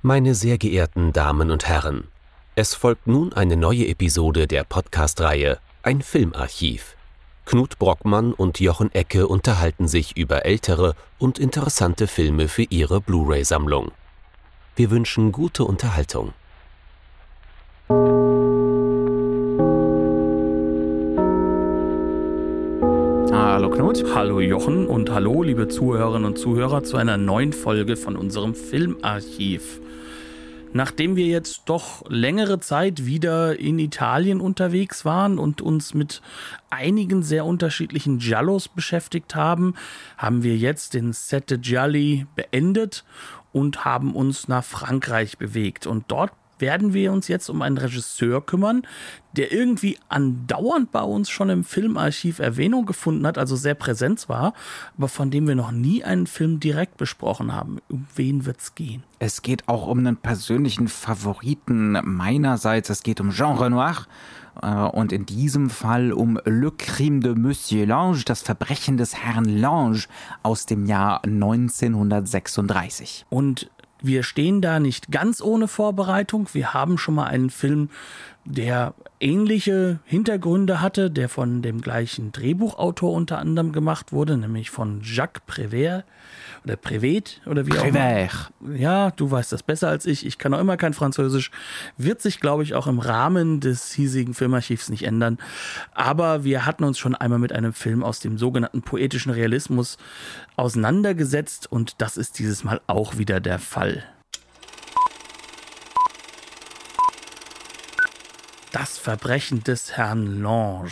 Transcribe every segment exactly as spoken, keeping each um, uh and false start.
Meine sehr geehrten Damen und Herren, es folgt nun eine neue Episode der Podcast-Reihe Ein Filmarchiv. Knut Brockmann und Jochen Ecke unterhalten sich über ältere und interessante Filme für ihre Blu-ray-Sammlung. Wir wünschen gute Unterhaltung. Hallo Knut. Hallo Jochen und hallo liebe Zuhörerinnen und Zuhörer zu einer neuen Folge von unserem Filmarchiv. Nachdem wir jetzt doch längere Zeit wieder in Italien unterwegs waren und uns mit einigen sehr unterschiedlichen Giallos beschäftigt haben, haben wir jetzt den Sette Gialli beendet und haben uns nach Frankreich bewegt. Und dort werden wir uns jetzt um einen Regisseur kümmern, der irgendwie andauernd bei uns schon im Filmarchiv Erwähnung gefunden hat, also sehr präsent war, aber von dem wir noch nie einen Film direkt besprochen haben. Um wen wird's gehen? Es geht auch um einen persönlichen Favoriten meinerseits. Es geht um Jean Renoir und in diesem Fall um Le Crime de Monsieur Lange, das Verbrechen des Herrn Lange aus dem Jahr neunzehnhundertsechsunddreißig. Und wir stehen da nicht ganz ohne Vorbereitung. Wir haben schon mal einen Film, der ähnliche Hintergründe hatte, der von dem gleichen Drehbuchautor unter anderem gemacht wurde, nämlich von Jacques Prévert oder Prévert oder wie auch immer. Ja, du weißt das besser als ich. Ich kann auch immer kein Französisch. Wird sich, glaube ich, auch im Rahmen des hiesigen Filmarchivs nicht ändern. Aber wir hatten uns schon einmal mit einem Film aus dem sogenannten poetischen Realismus auseinandergesetzt und das ist dieses Mal auch wieder der Fall. Das Verbrechen des Herrn Lange.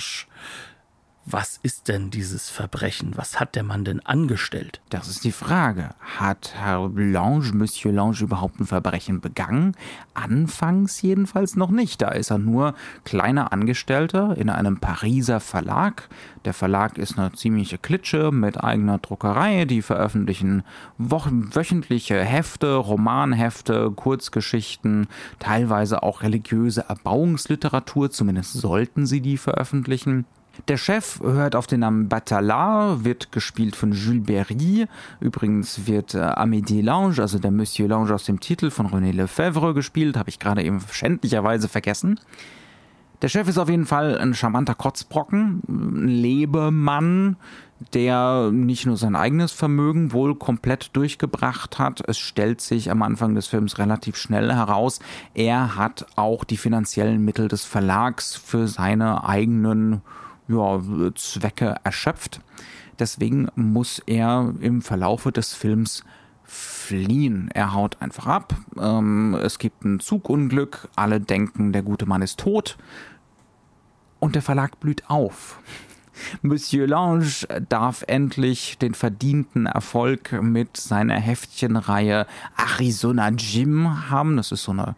Was ist denn dieses Verbrechen? Was hat der Mann denn angestellt? Das ist die Frage. Hat Herr Lange, Monsieur Lange, überhaupt ein Verbrechen begangen? Anfangs jedenfalls noch nicht. Da ist er nur kleiner Angestellter in einem Pariser Verlag. Der Verlag ist eine ziemliche Klitsche mit eigener Druckerei. Die veröffentlichen wo- wöchentliche Hefte, Romanhefte, Kurzgeschichten, teilweise auch religiöse Erbauungsliteratur. Zumindest sollten sie die veröffentlichen. Der Chef hört auf den Namen Bataillard, wird gespielt von Jules Berry. Übrigens wird äh, Amédée Lange, also der Monsieur Lange aus dem Titel, von René Lefebvre gespielt. Habe ich gerade eben schändlicherweise vergessen. Der Chef ist auf jeden Fall ein charmanter Kotzbrocken, ein Lebemann, der nicht nur sein eigenes Vermögen wohl komplett durchgebracht hat. Es stellt sich am Anfang des Films relativ schnell heraus, er hat auch die finanziellen Mittel des Verlags für seine eigenen ja, Zwecke erschöpft. Deswegen muss er im Verlaufe des Films fliehen. Er haut einfach ab. Ähm, es gibt ein Zugunglück. Alle denken, der gute Mann ist tot. Und der Verlag blüht auf. Monsieur Lange darf endlich den verdienten Erfolg mit seiner Heftchenreihe Arizona Jim haben. Das ist so eine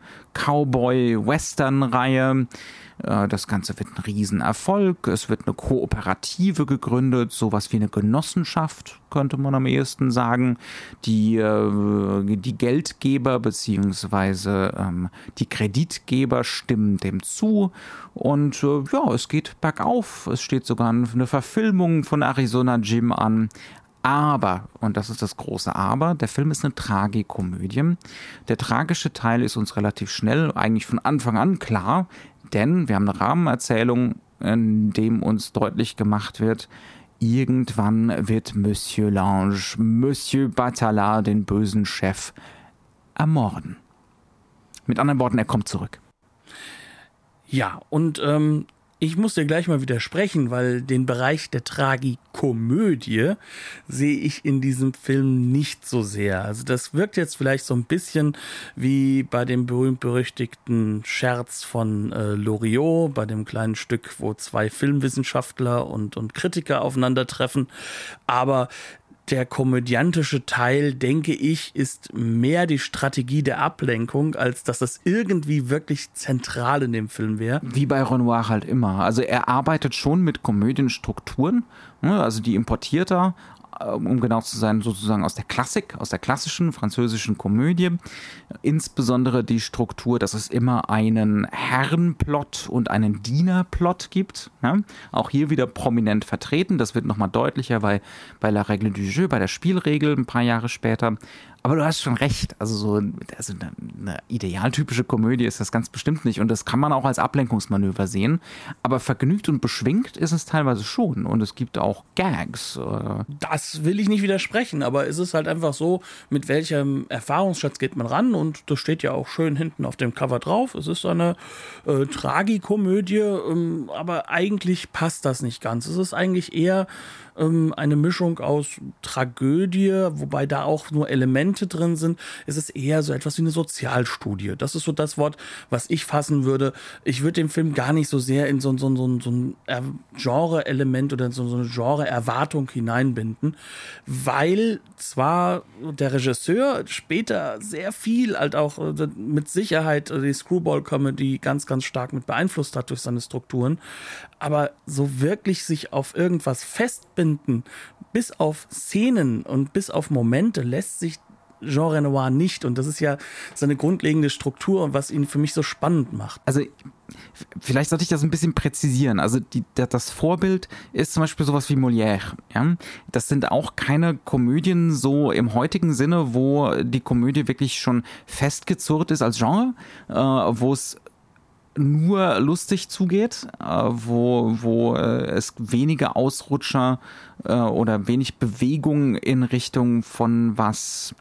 Cowboy-Western-Reihe. Das Ganze wird ein Riesenerfolg. Es wird eine Kooperative gegründet, sowas wie eine Genossenschaft, könnte man am ehesten sagen. Die, die Geldgeber bzw. die Kreditgeber stimmen dem zu. Und ja, es geht bergauf. Es steht sogar eine Verfilmung von Arizona Jim an. Aber, und das ist das große Aber, der Film ist eine Tragikomödie. Der tragische Teil ist uns relativ schnell, eigentlich von Anfang an klar, denn wir haben eine Rahmenerzählung, in dem uns deutlich gemacht wird, irgendwann wird Monsieur Lange, Monsieur Bataillard, den bösen Chef, ermorden. Mit anderen Worten, er kommt zurück. Ja, und ähm, ich muss dir gleich mal widersprechen, weil den Bereich der Tragikomödie sehe ich in diesem Film nicht so sehr. Also das wirkt jetzt vielleicht so ein bisschen wie bei dem berühmt-berüchtigten Scherz von äh, Loriot, bei dem kleinen Stück, wo zwei Filmwissenschaftler und, und Kritiker aufeinandertreffen. Aber der komödiantische Teil, denke ich, ist mehr die Strategie der Ablenkung, als dass das irgendwie wirklich zentral in dem Film wäre. Wie bei Renoir halt immer. Also er arbeitet schon mit Komödienstrukturen, also die importiert er, um genau zu sein, sozusagen aus der Klassik, aus der klassischen französischen Komödie. Insbesondere die Struktur, dass es immer einen Herrenplot und einen Dienerplot gibt. Ja? Auch hier wieder prominent vertreten. Das wird nochmal deutlicher bei, bei La Règle du Jeu, bei der Spielregel ein paar Jahre später. Aber du hast schon recht, also so also eine, eine idealtypische Komödie ist das ganz bestimmt nicht und das kann man auch als Ablenkungsmanöver sehen, aber vergnügt und beschwingt ist es teilweise schon und es gibt auch Gags. Das will ich nicht widersprechen, aber es ist halt einfach so, mit welchem Erfahrungsschatz geht man ran und das steht ja auch schön hinten auf dem Cover drauf. Es ist eine äh, Tragikomödie, ähm, aber eigentlich passt das nicht ganz. Es ist eigentlich eher ähm, eine Mischung aus Tragödie, wobei da auch nur Elemente drin sind. Es ist eher so etwas wie eine Sozialstudie. Das ist so das Wort, was ich fassen würde. Ich würde den Film gar nicht so sehr in so, so, so, so ein Genre-Element oder so, so eine Genre-Erwartung hineinbinden, weil zwar der Regisseur später sehr viel, halt auch mit Sicherheit die Screwball-Comedy ganz, ganz stark mit beeinflusst hat durch seine Strukturen, aber so wirklich sich auf irgendwas festbinden, bis auf Szenen und bis auf Momente lässt sich Jean Renoir nicht. Und das ist ja seine grundlegende Struktur und was ihn für mich so spannend macht. Also vielleicht sollte ich das ein bisschen präzisieren. Also die, das Vorbild ist zum Beispiel sowas wie Molière. Ja? Das sind auch keine Komödien so im heutigen Sinne, wo die Komödie wirklich schon festgezurrt ist als Genre, äh, wo es nur lustig zugeht, äh, wo, wo äh, es wenige Ausrutscher äh, oder wenig Bewegung in Richtung von was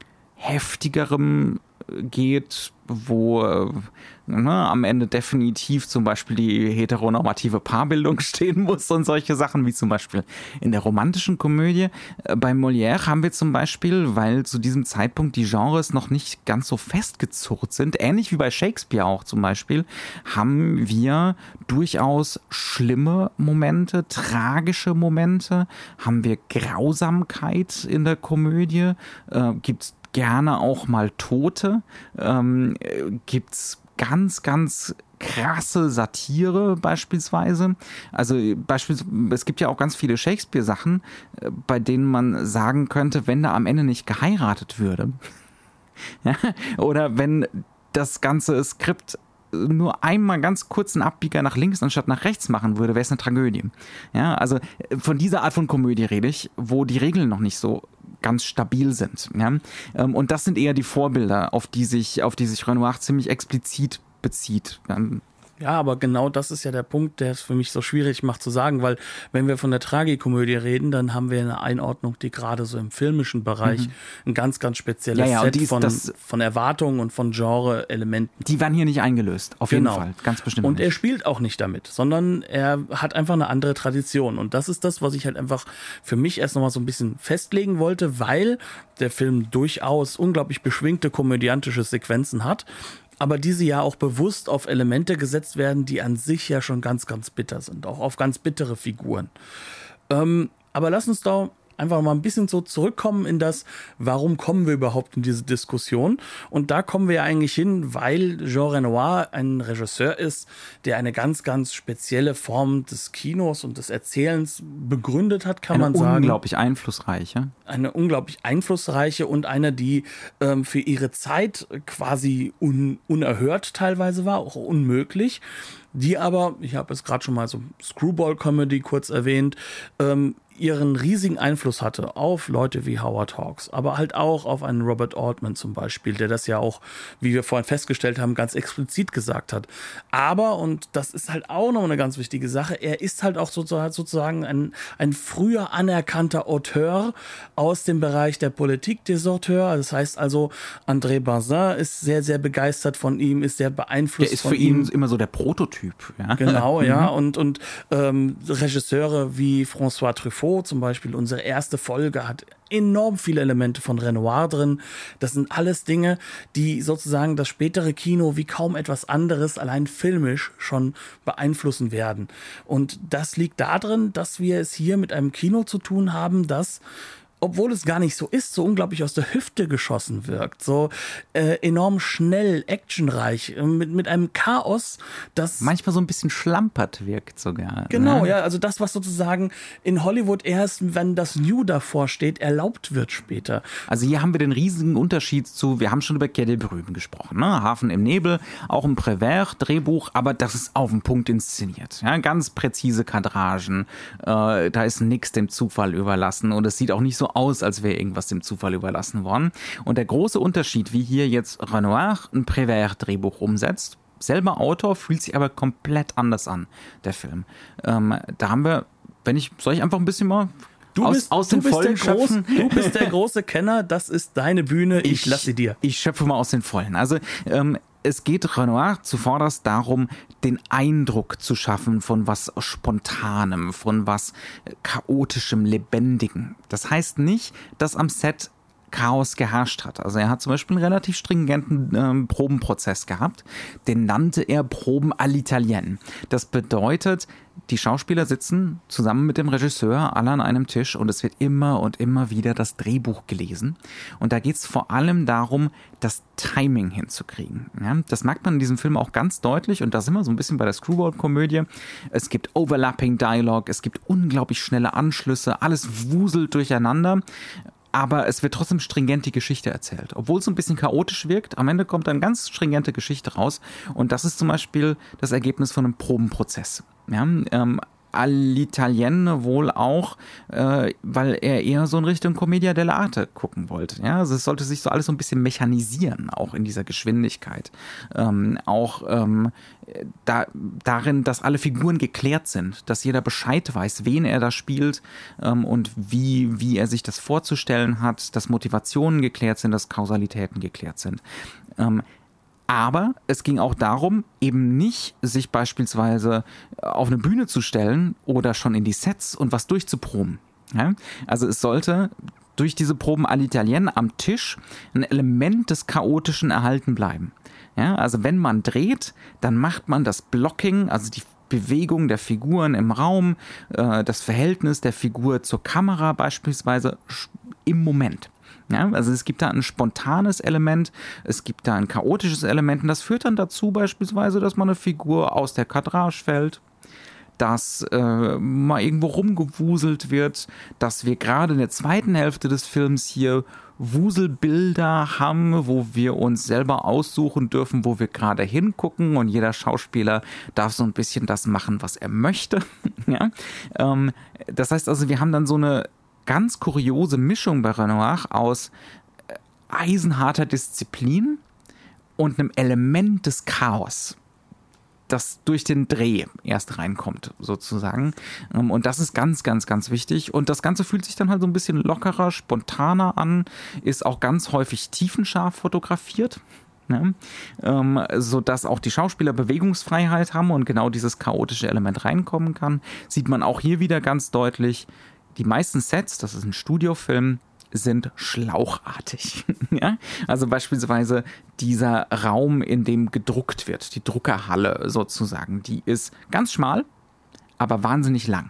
Heftigerem geht, wo äh, ne, am Ende definitiv zum Beispiel die heteronormative Paarbildung stehen muss und solche Sachen, wie zum Beispiel in der romantischen Komödie. Äh, bei Molière haben wir zum Beispiel, weil zu diesem Zeitpunkt die Genres noch nicht ganz so festgezurrt sind, ähnlich wie bei Shakespeare auch zum Beispiel, haben wir durchaus schlimme Momente, tragische Momente, haben wir Grausamkeit in der Komödie, äh, gibt's gerne auch mal Tote, ähm, gibt's ganz, ganz krasse Satire beispielsweise. Also beispielsweise, es gibt ja auch ganz viele Shakespeare-Sachen, bei denen man sagen könnte, wenn da am Ende nicht geheiratet würde. Ja? Oder wenn das ganze Skript nur einmal ganz kurz einen Abbieger nach links anstatt nach rechts machen würde, wäre es eine Tragödie. Ja, also von dieser Art von Komödie rede ich, wo die Regeln noch nicht so ganz stabil sind. Ja? Und das sind eher die Vorbilder, auf die sich, auf die sich Renoir ziemlich explizit bezieht. Ja, aber genau das ist ja der Punkt, der es für mich so schwierig macht zu sagen, weil wenn wir von der Tragikomödie reden, dann haben wir eine Einordnung, die gerade so im filmischen Bereich mhm. ein ganz, ganz spezielles ja, ja, Set ist, von, das, von Erwartungen und von Genre-Elementen. Die werden hier nicht eingelöst, auf genau. jeden Fall, ganz bestimmt Und nicht. er spielt auch nicht damit, sondern er hat einfach eine andere Tradition und das ist das, was ich halt einfach für mich erst nochmal so ein bisschen festlegen wollte, weil der Film durchaus unglaublich beschwingte komödiantische Sequenzen hat, aber diese ja auch bewusst auf Elemente gesetzt werden, die an sich ja schon ganz, ganz bitter sind. Auch auf ganz bittere Figuren. Ähm, aber lass uns da einfach mal ein bisschen so zurückkommen in das, warum kommen wir überhaupt in diese Diskussion? Und da kommen wir ja eigentlich hin, weil Jean Renoir ein Regisseur ist, der eine ganz, ganz spezielle Form des Kinos und des Erzählens begründet hat, kann eine man sagen. Eine unglaublich einflussreiche. Eine unglaublich einflussreiche und eine, die ähm, für ihre Zeit quasi un- unerhört teilweise war, auch unmöglich. Die aber, ich habe es gerade schon mal so Screwball-Comedy kurz erwähnt, ähm, ihren riesigen Einfluss hatte auf Leute wie Howard Hawks, aber halt auch auf einen Robert Altman zum Beispiel, der das ja auch, wie wir vorhin festgestellt haben, ganz explizit gesagt hat. Aber, und das ist halt auch noch eine ganz wichtige Sache, er ist halt auch sozusagen ein, ein früher anerkannter Auteur aus dem Bereich der Politik des Auteurs. Das heißt also, André Bazin ist sehr, sehr begeistert von ihm, ist sehr beeinflusst der ist von für ihm. ihn immer so der Prototyp. Ja? Genau, ja. Und, und ähm, Regisseure wie François Truffaut zum Beispiel, unsere erste Folge, hat enorm viele Elemente von Renoir drin. Das sind alles Dinge, die sozusagen das spätere Kino wie kaum etwas anderes allein filmisch schon beeinflussen werden. Und das liegt darin, dass wir es hier mit einem Kino zu tun haben, das obwohl es gar nicht so ist, so unglaublich aus der Hüfte geschossen wirkt. So äh, enorm schnell, actionreich, äh, mit, mit einem Chaos, das manchmal so ein bisschen schlampert wirkt sogar. Genau, ne? ja, also das, was sozusagen in Hollywood erst, wenn das New davor steht, erlaubt wird später. Also hier haben wir den riesigen Unterschied zu, wir haben schon über Quai des Brumes gesprochen, ne? Hafen im Nebel, auch ein Prévert-Drehbuch, aber das ist auf den Punkt inszeniert. Ja? Ganz präzise Kadragen, äh, da ist nichts dem Zufall überlassen und es sieht auch nicht so aus, als wäre irgendwas dem Zufall überlassen worden. Und der große Unterschied, wie hier jetzt Renoir ein Prévert-Drehbuch umsetzt, selber Autor, fühlt sich aber komplett anders an, der Film. Ähm, da haben wir, wenn ich, soll ich einfach ein bisschen mal Du aus, bist, aus du den bist Vollen der groß, schöpfen? Du bist der große Kenner, das ist deine Bühne, ich, ich lasse sie dir. Ich schöpfe mal aus den Vollen. Also ähm, es geht Renoir zuvorderst darum, den Eindruck zu schaffen von was Spontanem, von was Chaotischem, Lebendigen. Das heißt nicht, dass am Set Chaos geherrscht hat. Also er hat zum Beispiel einen relativ stringenten äh, Probenprozess gehabt. Den nannte er Proben à l'italienne. Das bedeutet, die Schauspieler sitzen zusammen mit dem Regisseur alle an einem Tisch und es wird immer und immer wieder das Drehbuch gelesen. Und da geht es vor allem darum, das Timing hinzukriegen. Ja, das merkt man in diesem Film auch ganz deutlich und da sind wir so ein bisschen bei der Screwball-Komödie. Es gibt Overlapping Dialogue, es gibt unglaublich schnelle Anschlüsse, alles wuselt durcheinander. Aber es wird trotzdem stringent die Geschichte erzählt. Obwohl es ein bisschen chaotisch wirkt, am Ende kommt eine ganz stringente Geschichte raus. Und das ist zum Beispiel das Ergebnis von einem Probenprozess. Ja, ähm, all'italienne wohl auch, äh, weil er eher so in Richtung Commedia dell'arte gucken wollte. Ja, also es sollte sich so alles so ein bisschen mechanisieren, auch in dieser Geschwindigkeit. Ähm, auch ähm, da, darin, dass alle Figuren geklärt sind, dass jeder Bescheid weiß, wen er da spielt ähm, und wie, wie er sich das vorzustellen hat, dass Motivationen geklärt sind, dass Kausalitäten geklärt sind. Ähm, Aber es ging auch darum, eben nicht sich beispielsweise auf eine Bühne zu stellen oder schon in die Sets und was durchzuproben. Ja? Also es sollte durch diese Proben à l'italienne am Tisch ein Element des Chaotischen erhalten bleiben. Ja? Also wenn man dreht, dann macht man das Blocking, also die Bewegung der Figuren im Raum, äh, das Verhältnis der Figur zur Kamera beispielsweise im Moment. Ja, also es gibt da ein spontanes Element, es gibt da ein chaotisches Element und das führt dann dazu beispielsweise, dass mal eine Figur aus der Kadrage fällt, dass äh, mal irgendwo rumgewuselt wird, dass wir gerade in der zweiten Hälfte des Films hier Wuselbilder haben, wo wir uns selber aussuchen dürfen, wo wir gerade hingucken und jeder Schauspieler darf so ein bisschen das machen, was er möchte. Ja? Ähm, das heißt also, wir haben dann so eine ganz kuriose Mischung bei Renoir aus eisenharter Disziplin und einem Element des Chaos, das durch den Dreh erst reinkommt, sozusagen. Und das ist ganz, ganz, ganz wichtig. Und das Ganze fühlt sich dann halt so ein bisschen lockerer, spontaner an, ist auch ganz häufig tiefenscharf fotografiert. Ne? Ähm, sodass auch die Schauspieler Bewegungsfreiheit haben und genau dieses chaotische Element reinkommen kann. Sieht man auch hier wieder ganz deutlich. Die meisten Sets, das ist ein Studiofilm, sind schlauchartig. Ja? Also beispielsweise dieser Raum, in dem gedruckt wird, die Druckerhalle sozusagen, die ist ganz schmal, aber wahnsinnig lang.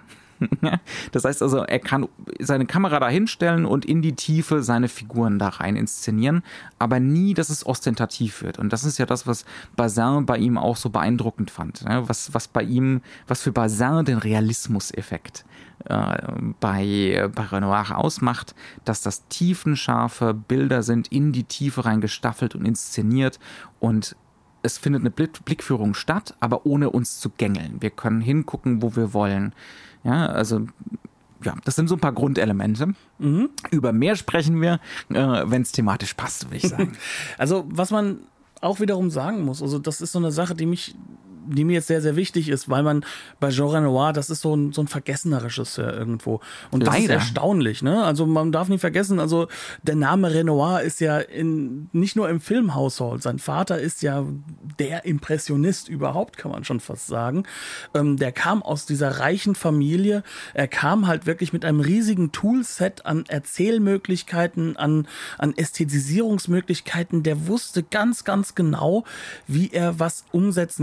Das heißt also, er kann seine Kamera da hinstellen und in die Tiefe seine Figuren da rein inszenieren, aber nie, dass es ostentativ wird. Und das ist ja das, was Bazin bei ihm auch so beeindruckend fand. Was, was bei ihm, was für Bazin den Realismuseffekt äh, bei, bei Renoir ausmacht, dass das tiefenscharfe Bilder sind, in die Tiefe rein gestaffelt und inszeniert und es findet eine Blickführung statt, aber ohne uns zu gängeln. Wir können hingucken, wo wir wollen. Ja, also, ja, das sind so ein paar Grundelemente. Mhm. Über mehr sprechen wir, äh, wenn es thematisch passt, würde ich sagen. Also, was man auch wiederum sagen muss, also, das ist so eine Sache, die mich, die mir jetzt sehr, sehr wichtig ist, weil man bei Jean Renoir, das ist so ein, so ein vergessener Regisseur irgendwo. Und das Leider. ist erstaunlich, ne? Also man darf nicht vergessen, also der Name Renoir ist ja in, nicht nur im Filmhaushalt. Sein Vater ist ja der Impressionist überhaupt, kann man schon fast sagen. Ähm, der kam aus dieser reichen Familie. Er kam halt wirklich mit einem riesigen Toolset an Erzählmöglichkeiten, an, an Ästhetisierungsmöglichkeiten. Der wusste ganz, ganz genau, wie er was umsetzen kann und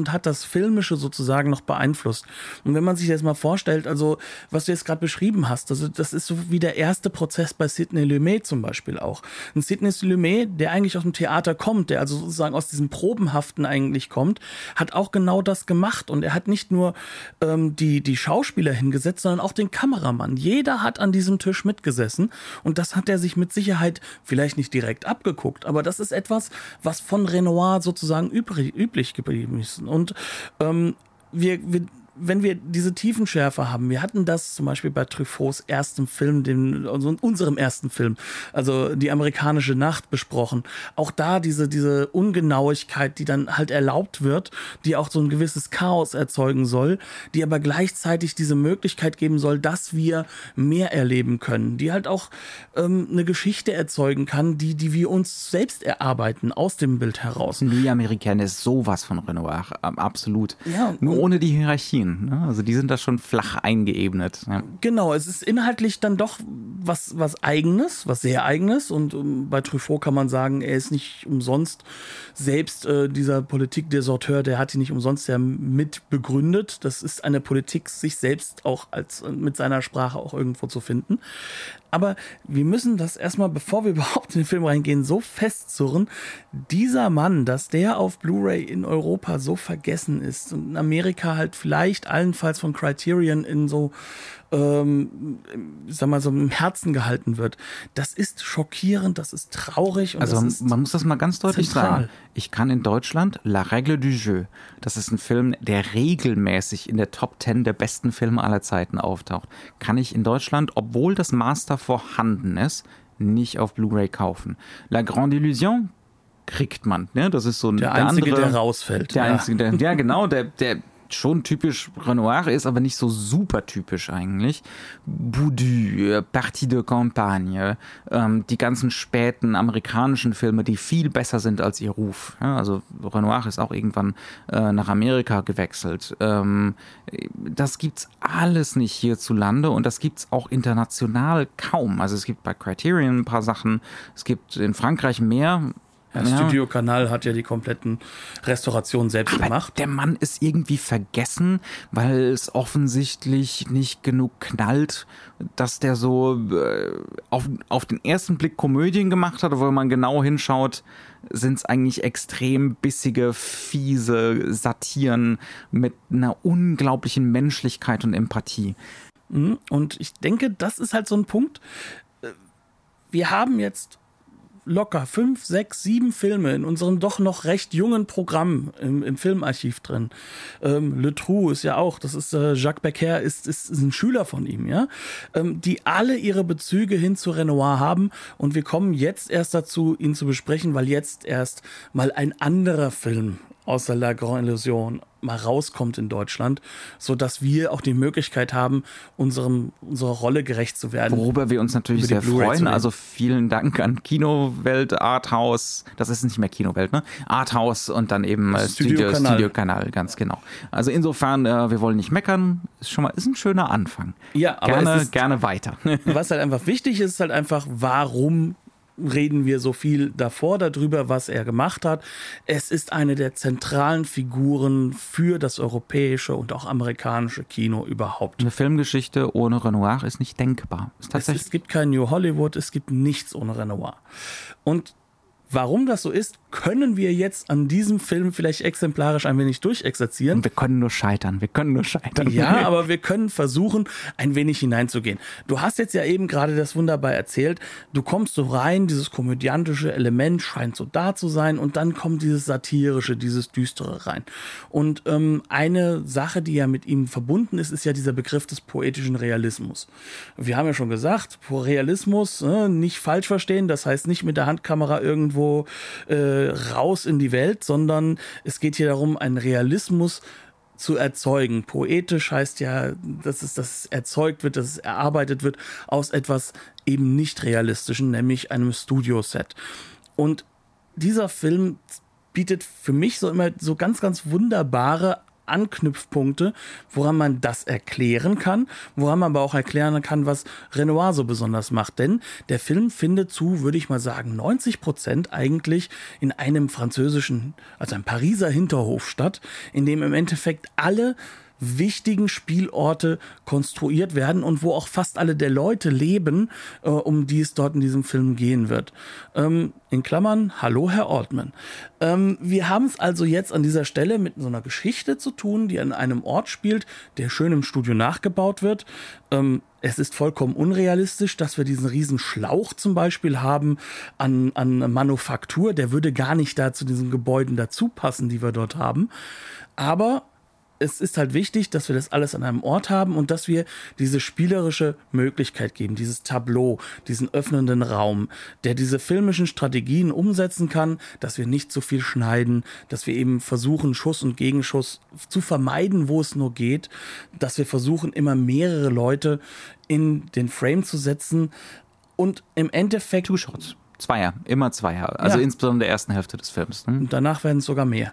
und hat das Filmische sozusagen noch beeinflusst. Und wenn man sich das mal vorstellt, also was du jetzt gerade beschrieben hast, also das ist so wie der erste Prozess bei Sidney Lumet zum Beispiel auch. Ein Sidney Lumet, der eigentlich aus dem Theater kommt, der also sozusagen aus diesem Probenhaften eigentlich kommt, hat auch genau das gemacht. Und er hat nicht nur ähm, die, die Schauspieler hingesetzt, sondern auch den Kameramann. Jeder hat an diesem Tisch mitgesessen und das hat er sich mit Sicherheit vielleicht nicht direkt abgeguckt, aber das ist etwas, was von Renoir sozusagen übrig, üblich geblieben ist. Und ähm, wir, wir wenn wir diese Tiefenschärfe haben, wir hatten das zum Beispiel bei Truffauts erstem Film, dem, also unserem ersten Film, also Die amerikanische Nacht besprochen. Auch da diese, diese Ungenauigkeit, die dann halt erlaubt wird, die auch so ein gewisses Chaos erzeugen soll, die aber gleichzeitig diese Möglichkeit geben soll, dass wir mehr erleben können, die halt auch ähm, eine Geschichte erzeugen kann, die, die wir uns selbst erarbeiten aus dem Bild heraus. Die Amerikaner ist sowas von Renoir, absolut. Ja, nur ohne die Hierarchien. Also die sind da schon flach eingeebnet. Ja. Genau, es ist inhaltlich dann doch was, was Eigenes, was sehr Eigenes. Und um, bei Truffaut kann man sagen, er ist nicht umsonst selbst äh, dieser Politik des Auteurs, der hat die nicht umsonst ja mit begründet. Das ist eine Politik, sich selbst auch als mit seiner Sprache auch irgendwo zu finden. Aber wir müssen das erstmal, bevor wir überhaupt in den Film reingehen, so festzurren, dieser Mann, dass der auf Blu-ray in Europa so vergessen ist und in Amerika halt vielleicht allenfalls von Criterion in so, ähm, sag mal, so im Herzen gehalten wird. Das ist schockierend, das ist traurig. Und also das ist man muss das mal ganz deutlich zentral. sagen. Ich kann in Deutschland La Règle du Jeu, das ist ein Film, der regelmäßig in der Top Ten der besten Filme aller Zeiten auftaucht, kann ich in Deutschland, obwohl das Master vorhanden ist, nicht auf Blu-ray kaufen. La Grande Illusion kriegt man, ne? Das ist so ein, der, der Einzige, andere, der rausfällt. Der ja. Einzige, der, ja genau, der, der schon typisch Renoir ist, aber nicht so super typisch eigentlich. Boudu, Partie de Campagne, ähm, die ganzen späten amerikanischen Filme, die viel besser sind als ihr Ruf. Ja, also Renoir ist auch irgendwann äh, nach Amerika gewechselt. Ähm, das gibt's alles nicht hierzulande und das gibt's auch international kaum. Also es gibt bei Criterion ein paar Sachen, es gibt in Frankreich mehr. Ja, Studio Canal hat ja die kompletten Restaurationen selbst aber gemacht. Der Mann ist irgendwie vergessen, weil es offensichtlich nicht genug knallt, dass der so äh, auf, auf den ersten Blick Komödien gemacht hat, wo man genau hinschaut, sind es eigentlich extrem bissige, fiese Satiren mit einer unglaublichen Menschlichkeit und Empathie. Und ich denke, das ist halt so ein Punkt. Wir haben jetzt locker fünf, sechs, sieben Filme in unserem doch noch recht jungen Programm im, im Filmarchiv drin. Ähm, Le Trou ist ja auch, das ist äh, Jacques Becker, ist, ist, ist ein Schüler von ihm, ja, ähm, die alle ihre Bezüge hin zu Renoir haben und wir kommen jetzt erst dazu, ihn zu besprechen, weil jetzt erst mal ein anderer Film außer La Grande Illusion mal rauskommt in Deutschland, sodass wir auch die Möglichkeit haben, unserem, unserer Rolle gerecht zu werden. Worüber wir uns natürlich sehr freuen. Also vielen Dank an Kinowelt, Arthouse, das ist nicht mehr Kinowelt, ne? Arthouse und dann eben Studio, Studio, Kanal. Studio Kanal, ganz genau. Also insofern, äh, wir wollen nicht meckern, ist schon mal ist ein schöner Anfang. Ja, aber gerne, es ist, gerne weiter. Was halt einfach wichtig ist, ist halt einfach, warum reden wir so viel davor darüber, was er gemacht hat. Es ist eine der zentralen Figuren für das europäische und auch amerikanische Kino überhaupt. Eine Filmgeschichte ohne Renoir ist nicht denkbar. Ist tatsächlich es, es gibt kein New Hollywood, es gibt nichts ohne Renoir. Und warum das so ist, können wir jetzt an diesem Film vielleicht exemplarisch ein wenig durchexerzieren. Und wir können nur scheitern, wir können nur scheitern. Ja, aber wir können versuchen, ein wenig hineinzugehen. Du hast jetzt ja eben gerade das wunderbar erzählt, du kommst so rein, dieses komödiantische Element scheint so da zu sein und dann kommt dieses satirische, dieses düstere rein. Und ähm, eine Sache, die ja mit ihm verbunden ist, ist ja dieser Begriff des poetischen Realismus. Wir haben ja schon gesagt, Realismus, äh, nicht falsch verstehen, das heißt nicht mit der Handkamera irgendwo äh, raus in die Welt, sondern es geht hier darum, einen Realismus zu erzeugen. Poetisch heißt ja, dass es das erzeugt wird, dass es erarbeitet wird aus etwas eben nicht realistischen, nämlich einem Studioset. Und dieser Film bietet für mich so immer so ganz, ganz wunderbare Anknüpfpunkte, woran man das erklären kann, woran man aber auch erklären kann, was Renoir so besonders macht. Denn der Film findet zu, würde ich mal sagen, neunzig Prozent eigentlich in einem französischen, also einem Pariser Hinterhof statt, in dem im Endeffekt alle wichtigen Spielorte konstruiert werden und wo auch fast alle der Leute leben, äh, um die es dort in diesem Film gehen wird. Ähm, in Klammern, hallo Herr Altman. Ähm, wir haben es also jetzt an dieser Stelle mit so einer Geschichte zu tun, die an einem Ort spielt, der schön im Studio nachgebaut wird. Ähm, es ist vollkommen unrealistisch, dass wir diesen riesen Schlauch zum Beispiel haben an, an Manufaktur. Der würde gar nicht da zu diesen Gebäuden dazu passen, die wir dort haben. Aber es ist halt wichtig, dass wir das alles an einem Ort haben und dass wir diese spielerische Möglichkeit geben, dieses Tableau, diesen öffnenden Raum, der diese filmischen Strategien umsetzen kann, dass wir nicht zu viel schneiden, dass wir eben versuchen, Schuss und Gegenschuss zu vermeiden, wo es nur geht, dass wir versuchen, immer mehrere Leute in den Frame zu setzen und im Endeffekt... Two Shots. Zweier, immer Zweier. Also ja. Insbesondere in der ersten Hälfte des Films. Ne? Und danach werden es sogar mehr.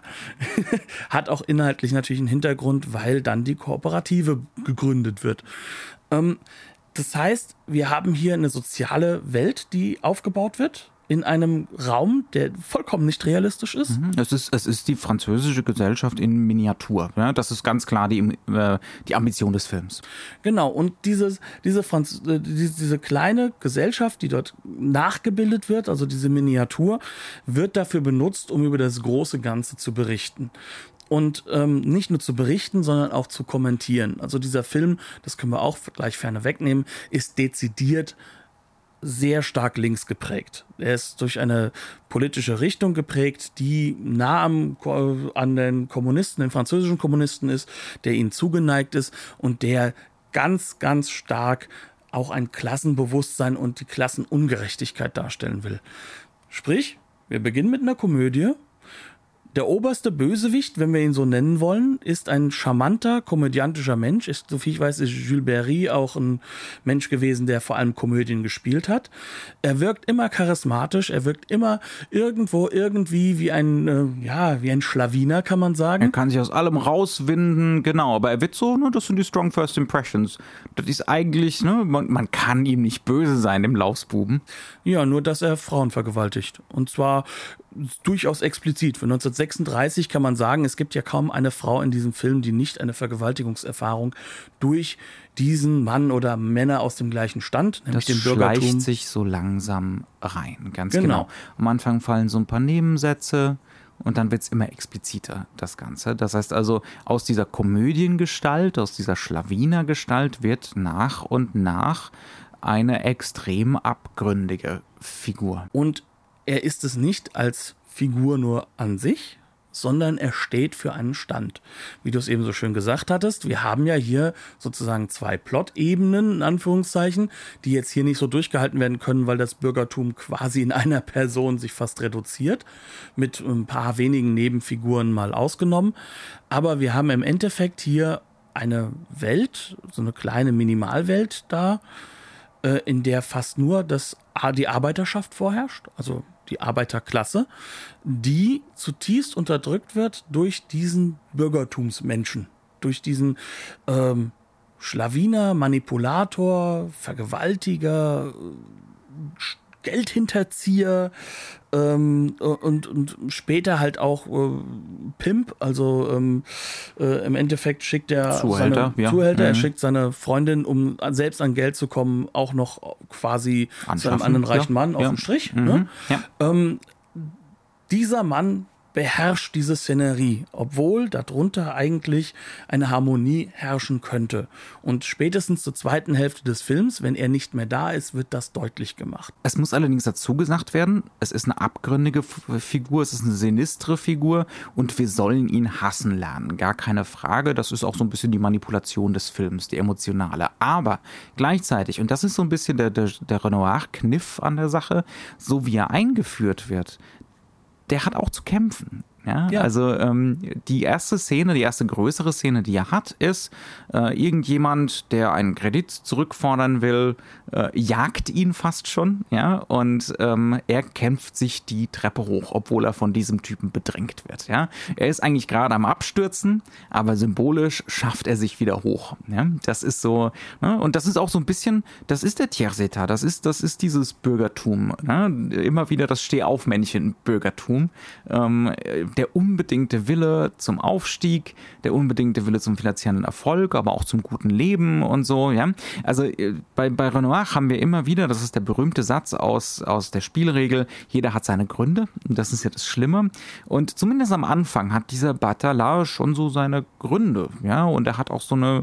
Hat auch inhaltlich natürlich einen Hintergrund, weil dann die Kooperative gegründet wird. Ähm, das heißt, wir haben hier eine soziale Welt, die aufgebaut wird in einem Raum, der vollkommen nicht realistisch ist. Es ist, es ist die französische Gesellschaft in Miniatur. Ja? Das ist ganz klar die, äh, die Ambition des Films. Genau, und dieses, diese, Franz- äh, diese, diese kleine Gesellschaft, die dort nachgebildet wird, also diese Miniatur, wird dafür benutzt, um über das große Ganze zu berichten. Und ähm, nicht nur zu berichten, sondern auch zu kommentieren. Also dieser Film, das können wir auch gleich vorne wegnehmen, ist dezidiert sehr stark links geprägt. Er ist durch eine politische Richtung geprägt, die nah am, an den Kommunisten, den französischen Kommunisten ist, der ihnen zugeneigt ist und der ganz, ganz stark auch ein Klassenbewusstsein und die Klassenungerechtigkeit darstellen will. Sprich, wir beginnen mit einer Komödie. Der oberste Bösewicht, wenn wir ihn so nennen wollen, ist ein charmanter, komödiantischer Mensch. Ist, soviel ich weiß, ist Jules Berry auch ein Mensch gewesen, der vor allem Komödien gespielt hat. Er wirkt immer charismatisch, er wirkt immer irgendwo, irgendwie wie ein, äh, ja, wie ein Schlawiner, kann man sagen. Er kann sich aus allem rauswinden, genau, aber er wird so, ne, das sind die Strong First Impressions. Das ist eigentlich, ne, man, man kann ihm nicht böse sein, dem Laufsbuben. Ja, nur, dass er Frauen vergewaltigt. Und zwar durchaus explizit. Für neunzehnhundertsechsunddreißig kann man sagen, es gibt ja kaum eine Frau in diesem Film, die nicht eine Vergewaltigungserfahrung durch diesen Mann oder Männer aus dem gleichen Stand, nämlich das dem Bürgertum. schleicht sich so langsam rein, ganz genau. Genau. Am Anfang fallen so ein paar Nebensätze und dann wird es immer expliziter, das Ganze. Das heißt also, aus dieser Komödiengestalt, aus dieser Schlawinergestalt wird nach und nach eine extrem abgründige Figur. Und er ist es nicht als Figur nur an sich, sondern er steht für einen Stand. Wie du es eben so schön gesagt hattest, wir haben ja hier sozusagen zwei Plot-Ebenen, in Anführungszeichen, die jetzt hier nicht so durchgehalten werden können, weil das Bürgertum quasi in einer Person sich fast reduziert, mit ein paar wenigen Nebenfiguren mal ausgenommen. Aber wir haben im Endeffekt hier eine Welt, so eine kleine Minimalwelt da, in der fast nur das, die Arbeiterschaft vorherrscht, also die Arbeiterklasse, die zutiefst unterdrückt wird durch diesen Bürgertumsmenschen, durch diesen ähm, Schlawiner, Manipulator, Vergewaltiger, Geldhinterzieher ähm, und, und später halt auch äh, Pimp, also ähm, äh, im Endeffekt schickt er Zuhälter, seine ja. Zuhälter, Mhm. er schickt seine Freundin, um selbst an Geld zu kommen, auch noch quasi Anschaffen, zu einem anderen reichen ja. Mann auf Ja. den Strich. Mhm. Ne? Ja. Ähm, dieser Mann beherrscht diese Szenerie, obwohl darunter eigentlich eine Harmonie herrschen könnte. Und spätestens zur zweiten Hälfte des Films, wenn er nicht mehr da ist, wird das deutlich gemacht. Es muss allerdings dazu gesagt werden, es ist eine abgründige Figur, es ist eine sinistre Figur und wir sollen ihn hassen lernen. Gar keine Frage, das ist auch so ein bisschen die Manipulation des Films, die emotionale. Aber gleichzeitig, und das ist so ein bisschen der, der, der Renoir-Kniff an der Sache, so wie er eingeführt wird, der hat auch zu kämpfen. Ja, Ja. also ähm, die erste Szene, die erste größere Szene, die er hat, ist äh, irgendjemand, der einen Kredit zurückfordern will, äh, jagt ihn fast schon, ja, und ähm, er kämpft sich die Treppe hoch, obwohl er von diesem Typen bedrängt wird, ja. Er ist eigentlich gerade am Abstürzen, aber symbolisch schafft er sich wieder hoch, ja. Das ist so, ne? Und das ist auch so ein bisschen, das ist der Tiers-État, das ist, das ist dieses Bürgertum, ne? Immer wieder das Stehaufmännchen-Bürgertum, ähm, der unbedingte Wille zum Aufstieg, der unbedingte Wille zum finanziellen Erfolg, aber auch zum guten Leben und so, ja. Also äh, bei, bei Renoir haben wir immer wieder, das ist der berühmte Satz aus, aus der Spielregel, jeder hat seine Gründe, und das ist ja das Schlimme. Und zumindest am Anfang hat dieser Bataillard schon so seine Gründe, ja, und er hat auch so eine,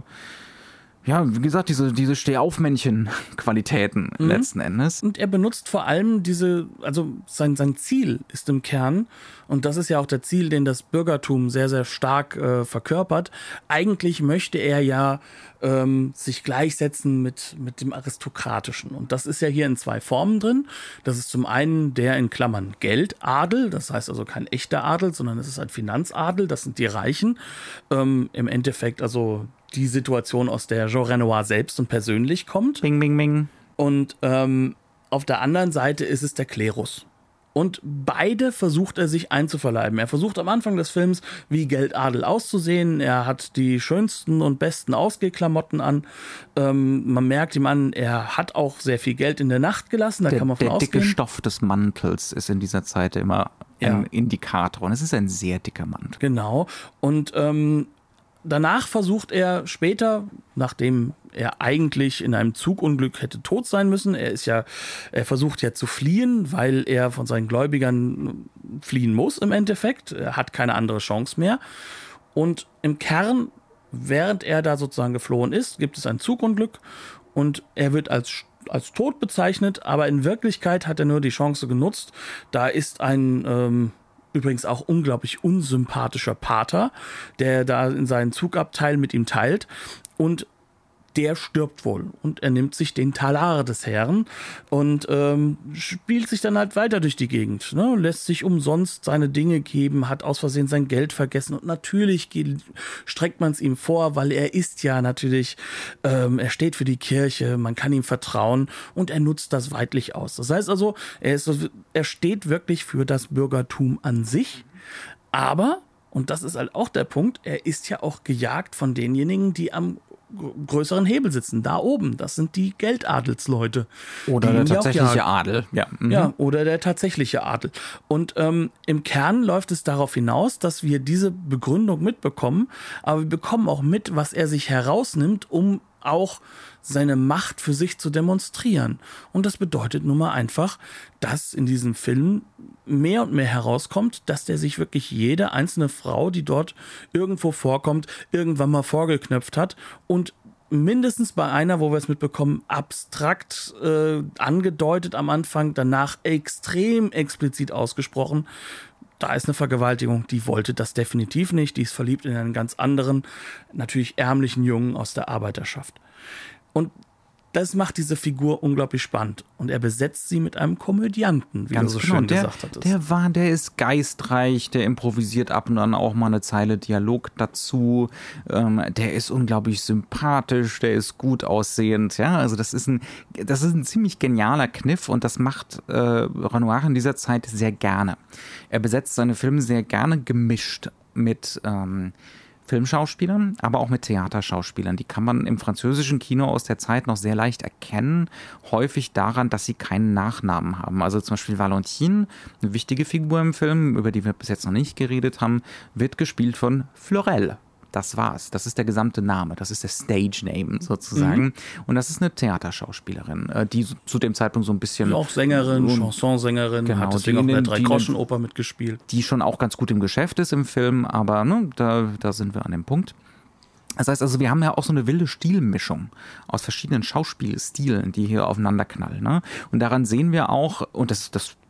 ja, wie gesagt, diese, diese Stehaufmännchen-Qualitäten Mhm. letzten Endes. Und er benutzt vor allem diese, also sein, sein Ziel ist im Kern, und das ist ja auch der Ziel, den das Bürgertum sehr, sehr stark äh, verkörpert. Eigentlich möchte er ja ähm, sich gleichsetzen mit, mit dem Aristokratischen. Und das ist ja hier in zwei Formen drin. Das ist zum einen der in Klammern Geldadel, das heißt also kein echter Adel, sondern es ist ein Finanzadel, das sind die Reichen. Ähm, im Endeffekt also die Situation, aus der Jean Renoir selbst und persönlich kommt. Bing, bing, bing. Und ähm, auf der anderen Seite ist es der Klerus. Und beide versucht er sich einzuverleiben. Er versucht am Anfang des Films, wie Geldadel auszusehen. Er hat die schönsten und besten Ausgehklamotten an. Ähm, man merkt ihm an, er hat auch sehr viel Geld in der Nacht gelassen. Da Der, kann man von der dicke ausgehen. Stoff des Mantels ist in dieser Zeit immer Ja. ein Indikator. Und es ist ein sehr dicker Mantel. Genau. Und ähm, danach versucht er später, nachdem er eigentlich in einem Zugunglück hätte tot sein müssen, er ist ja, er versucht ja zu fliehen, weil er von seinen Gläubigern fliehen muss im Endeffekt. Er hat keine andere Chance mehr. Und im Kern, während er da sozusagen geflohen ist, gibt es ein Zugunglück und er wird als als tot bezeichnet, aber in Wirklichkeit hat er nur die Chance genutzt. Da ist ein ähm, übrigens auch unglaublich unsympathischer Pater, der da in seinen Zugabteil mit ihm teilt, und der stirbt wohl und er nimmt sich den Talar des Herrn und ähm, spielt sich dann halt weiter durch die Gegend, ne? Lässt sich umsonst seine Dinge geben, hat aus Versehen sein Geld vergessen und natürlich ge- streckt man es ihm vor, weil er ist ja natürlich, ähm, er steht für die Kirche, man kann ihm vertrauen und er nutzt das weidlich aus. Das heißt also, er, ist, er steht wirklich für das Bürgertum an sich, aber, und das ist halt auch der Punkt, er ist ja auch gejagt von denjenigen, die am größeren Hebel sitzen, da oben. Das sind die Geldadelsleute. Oder die der ihn ja auch tatsächliche jagen. Adel. Ja, mhm. Ja, oder der tatsächliche Adel. Und ähm, im Kern läuft es darauf hinaus, dass wir diese Begründung mitbekommen, aber wir bekommen auch mit, was er sich herausnimmt, um auch seine Macht für sich zu demonstrieren. Und das bedeutet nun mal einfach, dass in diesem Film mehr und mehr herauskommt, dass der sich wirklich jede einzelne Frau, die dort irgendwo vorkommt, irgendwann mal vorgeknöpft hat und mindestens bei einer, wo wir es mitbekommen, abstrakt äh, angedeutet am Anfang, danach extrem explizit ausgesprochen. Da ist eine Vergewaltigung, die wollte das definitiv nicht. Die ist verliebt in einen ganz anderen, natürlich ärmlichen Jungen aus der Arbeiterschaft. Und das macht diese Figur unglaublich spannend. Und er besetzt sie mit einem Komödianten, wie Ganz du so genau. schön Der, gesagt hattest. der war, der ist geistreich, der improvisiert ab und an auch mal eine Zeile Dialog dazu. Ähm, der ist unglaublich sympathisch, der ist gut aussehend. Ja, also das ist ein, das ist ein ziemlich genialer Kniff und das macht äh, Renoir in dieser Zeit sehr gerne. Er besetzt seine Filme sehr gerne gemischt mit ähm, Filmschauspielern, aber auch mit Theaterschauspielern. Die kann man im französischen Kino aus der Zeit noch sehr leicht erkennen, häufig daran, dass sie keinen Nachnamen haben. Also zum Beispiel Valentine, eine wichtige Figur im Film, über die wir bis jetzt noch nicht geredet haben, wird gespielt von Fleurel. Das war's. Das ist der gesamte Name. Das ist der Stage-Name sozusagen. Mhm. Und das ist eine Theaterschauspielerin, die zu dem Zeitpunkt so ein bisschen... Auch Sängerin, Chansonsängerin, genau, hat deswegen auch in der Drei-Groschen-Oper mitgespielt. Die schon auch ganz gut im Geschäft ist im Film, aber ne, da, da sind wir an dem Punkt. Das heißt also, wir haben ja auch so eine wilde Stilmischung aus verschiedenen Schauspielstilen, die hier aufeinander knallen. Ne? Und daran sehen wir auch, und das, das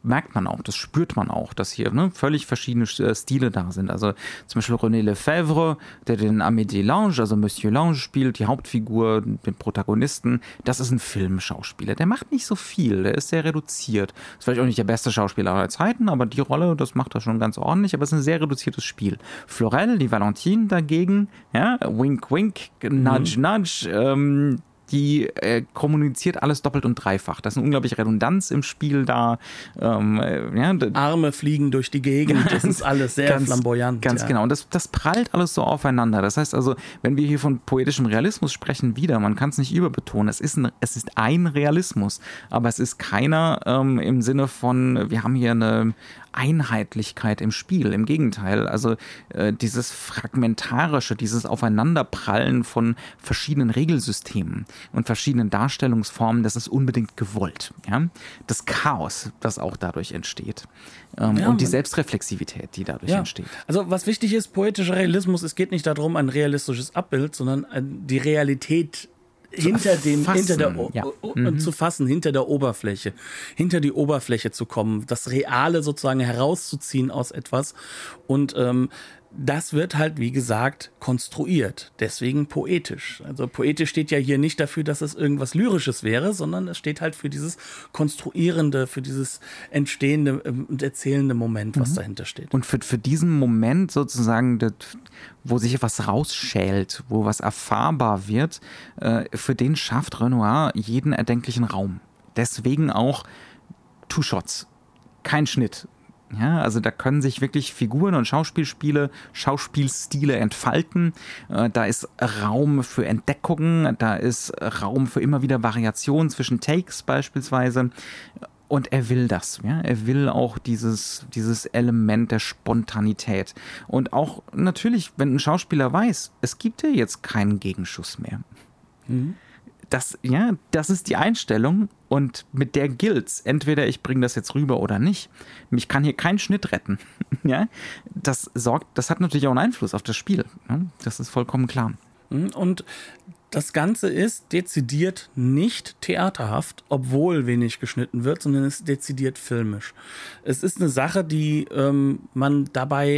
merkt man auch, das spürt man auch, dass hier ne, völlig verschiedene Stile da sind. Also zum Beispiel René Lefebvre, der den Amédée Lange, also Monsieur Lange spielt, die Hauptfigur, den Protagonisten, das ist ein Filmschauspieler. Der macht nicht so viel, der ist sehr reduziert. Ist vielleicht auch nicht der beste Schauspieler aller Zeiten, aber die Rolle, das macht er schon ganz ordentlich, aber es ist ein sehr reduziertes Spiel. Florel, die Valentine dagegen, ja, wink, wink, nudge, mhm. nudge, ähm, die äh, kommuniziert alles doppelt und dreifach. Da ist eine unglaubliche Redundanz im Spiel da. Ähm, äh, ja, Arme fliegen durch die Gegend, ganz, das ist alles sehr ganz, flamboyant. Ganz ja. genau. Und das, das prallt alles so aufeinander. Das heißt also, wenn wir hier von poetischem Realismus sprechen, wieder, man kann es nicht überbetonen, es ist, ein, es ist ein Realismus, aber es ist keiner ähm, im Sinne von, wir haben hier eine Einheitlichkeit im Spiel. Im Gegenteil, also äh, dieses Fragmentarische, dieses Aufeinanderprallen von verschiedenen Regelsystemen und verschiedenen Darstellungsformen, das ist unbedingt gewollt. Ja? Das Chaos, das auch dadurch entsteht. Ähm, ja, und die Selbstreflexivität, die dadurch ja. entsteht. Also was wichtig ist, poetischer Realismus, es geht nicht darum, ein realistisches Abbild, sondern die Realität hinter dem fassen, hinter der ja. mhm. zu fassen, hinter der Oberfläche, hinter die Oberfläche zu kommen, das Reale sozusagen herauszuziehen aus etwas. Und ähm, das wird halt, wie gesagt, konstruiert. Deswegen poetisch. Also poetisch steht ja hier nicht dafür, dass es irgendwas Lyrisches wäre, sondern es steht halt für dieses konstruierende, für dieses entstehende und erzählende Moment, was mhm. dahinter steht. Und für, für diesen Moment sozusagen, das, wo sich etwas rausschält, wo was erfahrbar wird, äh, für den schafft Renoir jeden erdenklichen Raum. Deswegen auch Two Shots. Kein Schnitt. Ja, also da können sich wirklich Figuren und Schauspielspiele, Schauspielstile entfalten. Äh, da ist Raum für Entdeckungen, da ist Raum für immer wieder Variationen zwischen Takes beispielsweise. Und er will das, ja. Er will auch dieses, dieses Element der Spontanität. Und auch natürlich, wenn ein Schauspieler weiß, es gibt ja jetzt keinen Gegenschuss mehr. Mhm. Das, ja, das ist die Einstellung und mit der gilt's. Entweder ich bringe das jetzt rüber oder nicht. Mich kann hier kein Schnitt retten. Ja, das sorgt, das hat natürlich auch einen Einfluss auf das Spiel. Das ist vollkommen klar. Und das Ganze ist dezidiert nicht theaterhaft, obwohl wenig geschnitten wird, sondern es ist dezidiert filmisch. Es ist eine Sache, die ähm, man dabei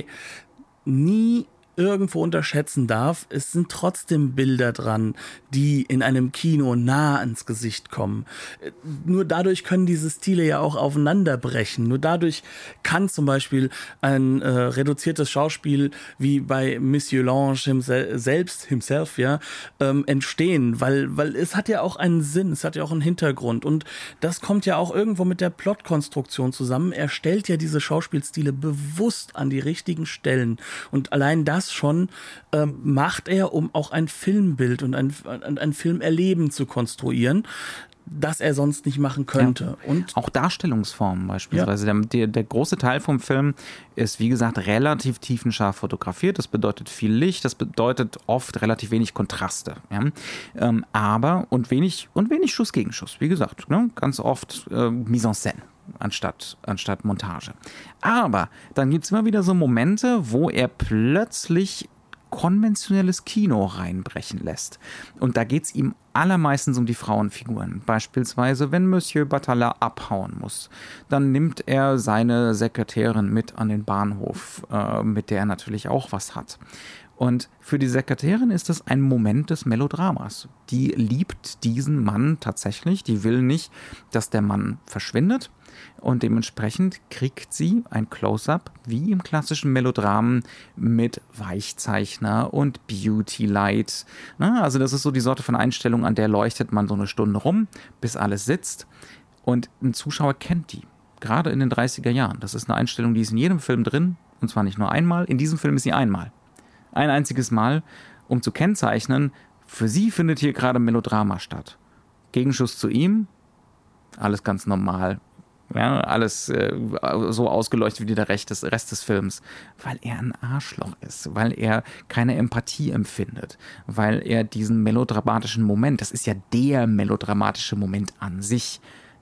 nie irgendwo unterschätzen darf. Es sind trotzdem Bilder dran, die in einem Kino nah ans Gesicht kommen. Nur dadurch können diese Stile ja auch aufeinanderbrechen. Nur dadurch kann zum Beispiel ein äh, reduziertes Schauspiel wie bei Monsieur Lange himsel- selbst, himself, ja, ähm, entstehen, weil, weil es hat ja auch einen Sinn, es hat ja auch einen Hintergrund und das kommt ja auch irgendwo mit der Plotkonstruktion zusammen. Er stellt ja diese Schauspielstile bewusst an die richtigen Stellen und allein das schon ähm, macht er, um auch ein Filmbild und ein, ein, ein Filmerleben zu konstruieren, das er sonst nicht machen könnte. Ja. Und auch Darstellungsformen beispielsweise. Ja. Der, der, der große Teil vom Film ist, wie gesagt, relativ tiefenscharf fotografiert. Das bedeutet viel Licht, das bedeutet oft relativ wenig Kontraste. Ja? Ähm, aber, und wenig, und wenig Schuss gegen Schuss, wie gesagt. Ne? Ganz oft äh, Mise en scène. Anstatt, anstatt Montage. Aber dann gibt es immer wieder so Momente, wo er plötzlich konventionelles Kino reinbrechen lässt. Und da geht es ihm allermeistens um die Frauenfiguren. Beispielsweise, wenn Monsieur Batalat abhauen muss, dann nimmt er seine Sekretärin mit an den Bahnhof, äh, mit der er natürlich auch was hat. Und für die Sekretärin ist das ein Moment des Melodramas. Die liebt diesen Mann tatsächlich. Die will nicht, dass der Mann verschwindet. Und dementsprechend kriegt sie ein Close-up, wie im klassischen Melodram, mit Weichzeichner und Beauty Light. Na, also das ist so die Sorte von Einstellung, an der leuchtet man so eine Stunde rum, bis alles sitzt. Und ein Zuschauer kennt die, gerade in den dreißiger Jahren. Das ist eine Einstellung, die ist in jedem Film drin, und zwar nicht nur einmal. In diesem Film ist sie einmal. Ein einziges Mal, um zu kennzeichnen, für sie findet hier gerade Melodrama statt. Gegenschuss zu ihm, alles ganz normal. Ja, alles äh, so ausgeleuchtet wie der Rest des, Rest des Films. Weil er ein Arschloch ist, weil er keine Empathie empfindet, weil er diesen melodramatischen Moment, das ist ja der melodramatische Moment an sich,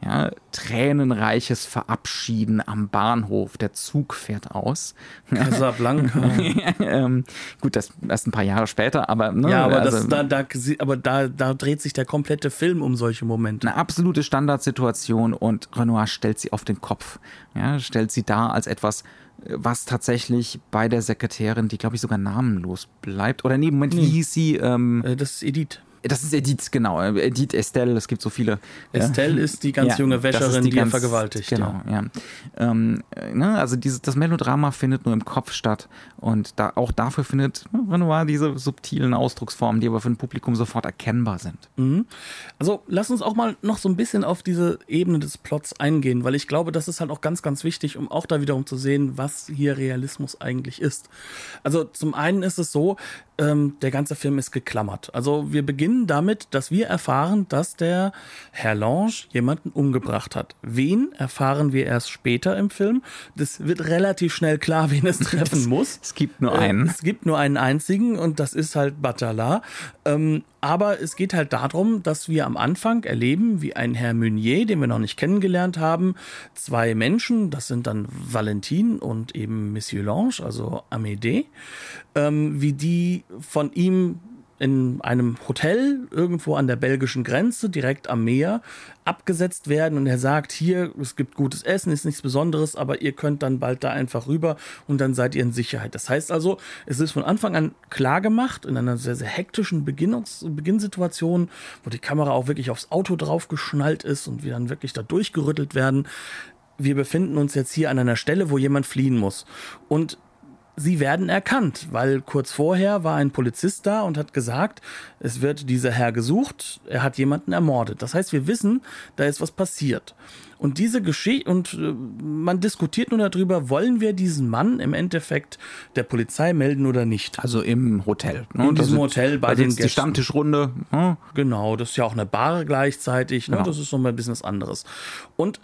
Ja, tränenreiches Verabschieden am Bahnhof. Der Zug fährt aus. Casablanca. ähm, gut, das erst ein paar Jahre später, aber... Ne, ja, aber, also, das, da, da, aber da, da dreht sich der komplette Film um solche Momente. Eine absolute Standardsituation und Renoir stellt sie auf den Kopf. Ja, stellt sie dar als etwas, was tatsächlich bei der Sekretärin, die glaube ich sogar namenlos bleibt. Oder nee, Moment, wie Nee. hieß sie? Ähm, Das ist Edith. Das ist Edith, genau. Edith, Estelle, es gibt so viele. Estelle ja. ist die ganz ja, junge Wäscherin, die, die ganz, er vergewaltigt. Genau, ja. ja. Ähm, ne, also dieses, das Melodrama findet nur im Kopf statt und da, auch dafür findet Renoir diese subtilen Ausdrucksformen, die aber für ein Publikum sofort erkennbar sind. Mhm. Also lass uns auch mal noch so ein bisschen auf diese Ebene des Plots eingehen, weil ich glaube, das ist halt auch ganz, ganz wichtig, um auch da wiederum zu sehen, was hier Realismus eigentlich ist. Also zum einen ist es so, ähm, der ganze Film ist geklammert. Also wir beginnen damit, dass wir erfahren, dass der Herr Lange jemanden umgebracht hat. Wen erfahren wir erst später im Film? Das wird relativ schnell klar, wen es treffen es, muss. Es gibt nur einen. Äh, es gibt nur einen einzigen und das ist halt Bacala. Ähm, aber es geht halt darum, dass wir am Anfang erleben, wie ein Herr Meunier, den wir noch nicht kennengelernt haben, zwei Menschen, das sind dann Valentine und eben Monsieur Lange, also Amédée, ähm, wie die von ihm in einem Hotel irgendwo an der belgischen Grenze, direkt am Meer, abgesetzt werden und er sagt, hier, es gibt gutes Essen, ist nichts Besonderes, aber ihr könnt dann bald da einfach rüber und dann seid ihr in Sicherheit. Das heißt also, es ist von Anfang an klar gemacht, in einer sehr, sehr hektischen Beginnungs- Beginnsituation, wo die Kamera auch wirklich aufs Auto draufgeschnallt ist und wir dann wirklich da durchgerüttelt werden. Wir befinden uns jetzt hier an einer Stelle, wo jemand fliehen muss. Und sie werden erkannt, weil kurz vorher war ein Polizist da und hat gesagt, es wird dieser Herr gesucht, er hat jemanden ermordet. Das heißt, wir wissen, da ist was passiert. Und diese Geschichte, und äh, man diskutiert nur darüber, wollen wir diesen Mann im Endeffekt der Polizei melden oder nicht? Also im Hotel. Ne? In diesem ist, Hotel bei da den gibt's die Gästen. Stammtischrunde. Hm? Genau, das ist ja auch eine Bar gleichzeitig, ne? Genau. Das ist nochmal ein bisschen was anderes. Und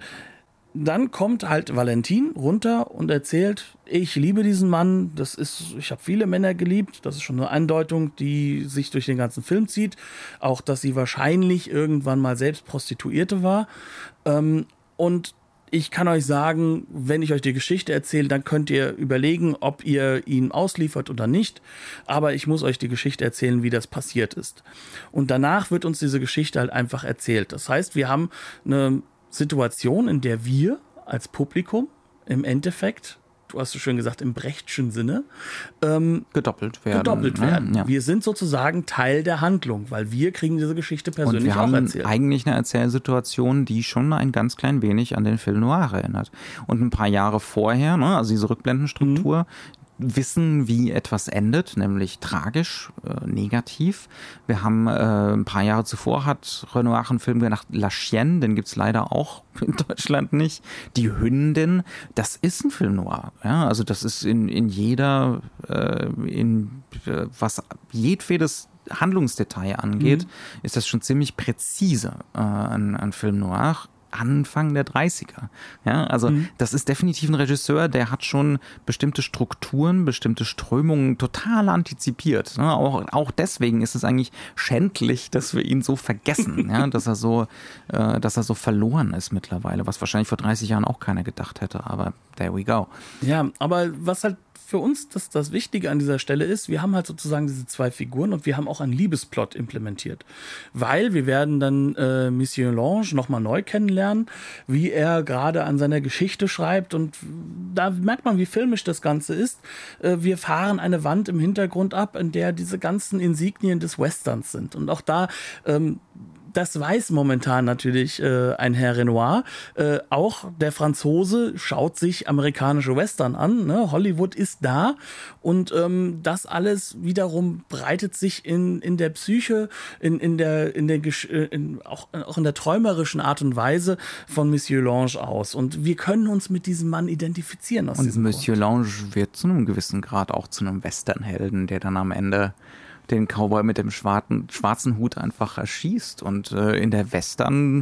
dann kommt halt Valentine runter und erzählt, ich liebe diesen Mann, das ist, ich habe viele Männer geliebt, das ist schon eine Andeutung, die sich durch den ganzen Film zieht, auch, dass sie wahrscheinlich irgendwann mal selbst Prostituierte war. Ähm, und ich kann euch sagen, wenn ich euch die Geschichte erzähle, dann könnt ihr überlegen, ob ihr ihn ausliefert oder nicht. Aber ich muss euch die Geschichte erzählen, wie das passiert ist. Und danach wird uns diese Geschichte halt einfach erzählt. Das heißt, wir haben eine Situation, in der wir als Publikum im Endeffekt, du hast so schön gesagt, im Brechtschen Sinne, ähm, gedoppelt werden. Gedoppelt werden. Ja. Wir sind sozusagen Teil der Handlung, weil wir kriegen diese Geschichte persönlich Und wir auch haben erzählt. eigentlich eine Erzählsituation, die schon ein ganz klein wenig an den Film Noir erinnert. Und ein paar Jahre vorher, ne, also diese Rückblendenstruktur, mhm. wissen, wie etwas endet, nämlich tragisch, äh, negativ. Wir haben äh, ein paar Jahre zuvor hat Renoir einen Film gemacht, La Chienne, den gibt's leider auch in Deutschland nicht. Die Hündin, das ist ein Film Noir. Ja, also das ist in, in jeder, äh, in äh, was jedwedes Handlungsdetail angeht, mhm. ist das schon ziemlich präzise äh, ein, ein Film Noir. Anfang der dreißiger. Ja, also mhm. das ist definitiv ein Regisseur, der hat schon bestimmte Strukturen, bestimmte Strömungen total antizipiert. Ne? Auch, auch deswegen ist es eigentlich schändlich, dass wir ihn so vergessen, ja? dass er so, äh, dass er so verloren ist mittlerweile, was wahrscheinlich vor dreißig Jahren auch keiner gedacht hätte, aber there we go. Ja, aber was halt für uns das, das Wichtige an dieser Stelle ist, wir haben halt sozusagen diese zwei Figuren und wir haben auch einen Liebesplot implementiert. Weil wir werden dann äh, Monsieur Lange nochmal neu kennenlernen, wie er gerade an seiner Geschichte schreibt und da merkt man, wie filmisch das Ganze ist. Äh, wir fahren eine Wand im Hintergrund ab, in der diese ganzen Insignien des Westerns sind und auch da ähm, das weiß momentan natürlich äh, ein Herr Renoir. Äh, auch der Franzose schaut sich amerikanische Western an. Ne? Hollywood ist da. Und ähm, das alles wiederum breitet sich in, in der Psyche, in, in der, in der in, auch, auch in der träumerischen Art und Weise von Monsieur Lange aus. Und wir können uns mit diesem Mann identifizieren. Aus und Monsieur Lange wird zu einem gewissen Grad auch zu einem Westernhelden, der dann am Ende den Cowboy mit dem schwarzen, schwarzen Hut einfach erschießt. Und äh, in der Western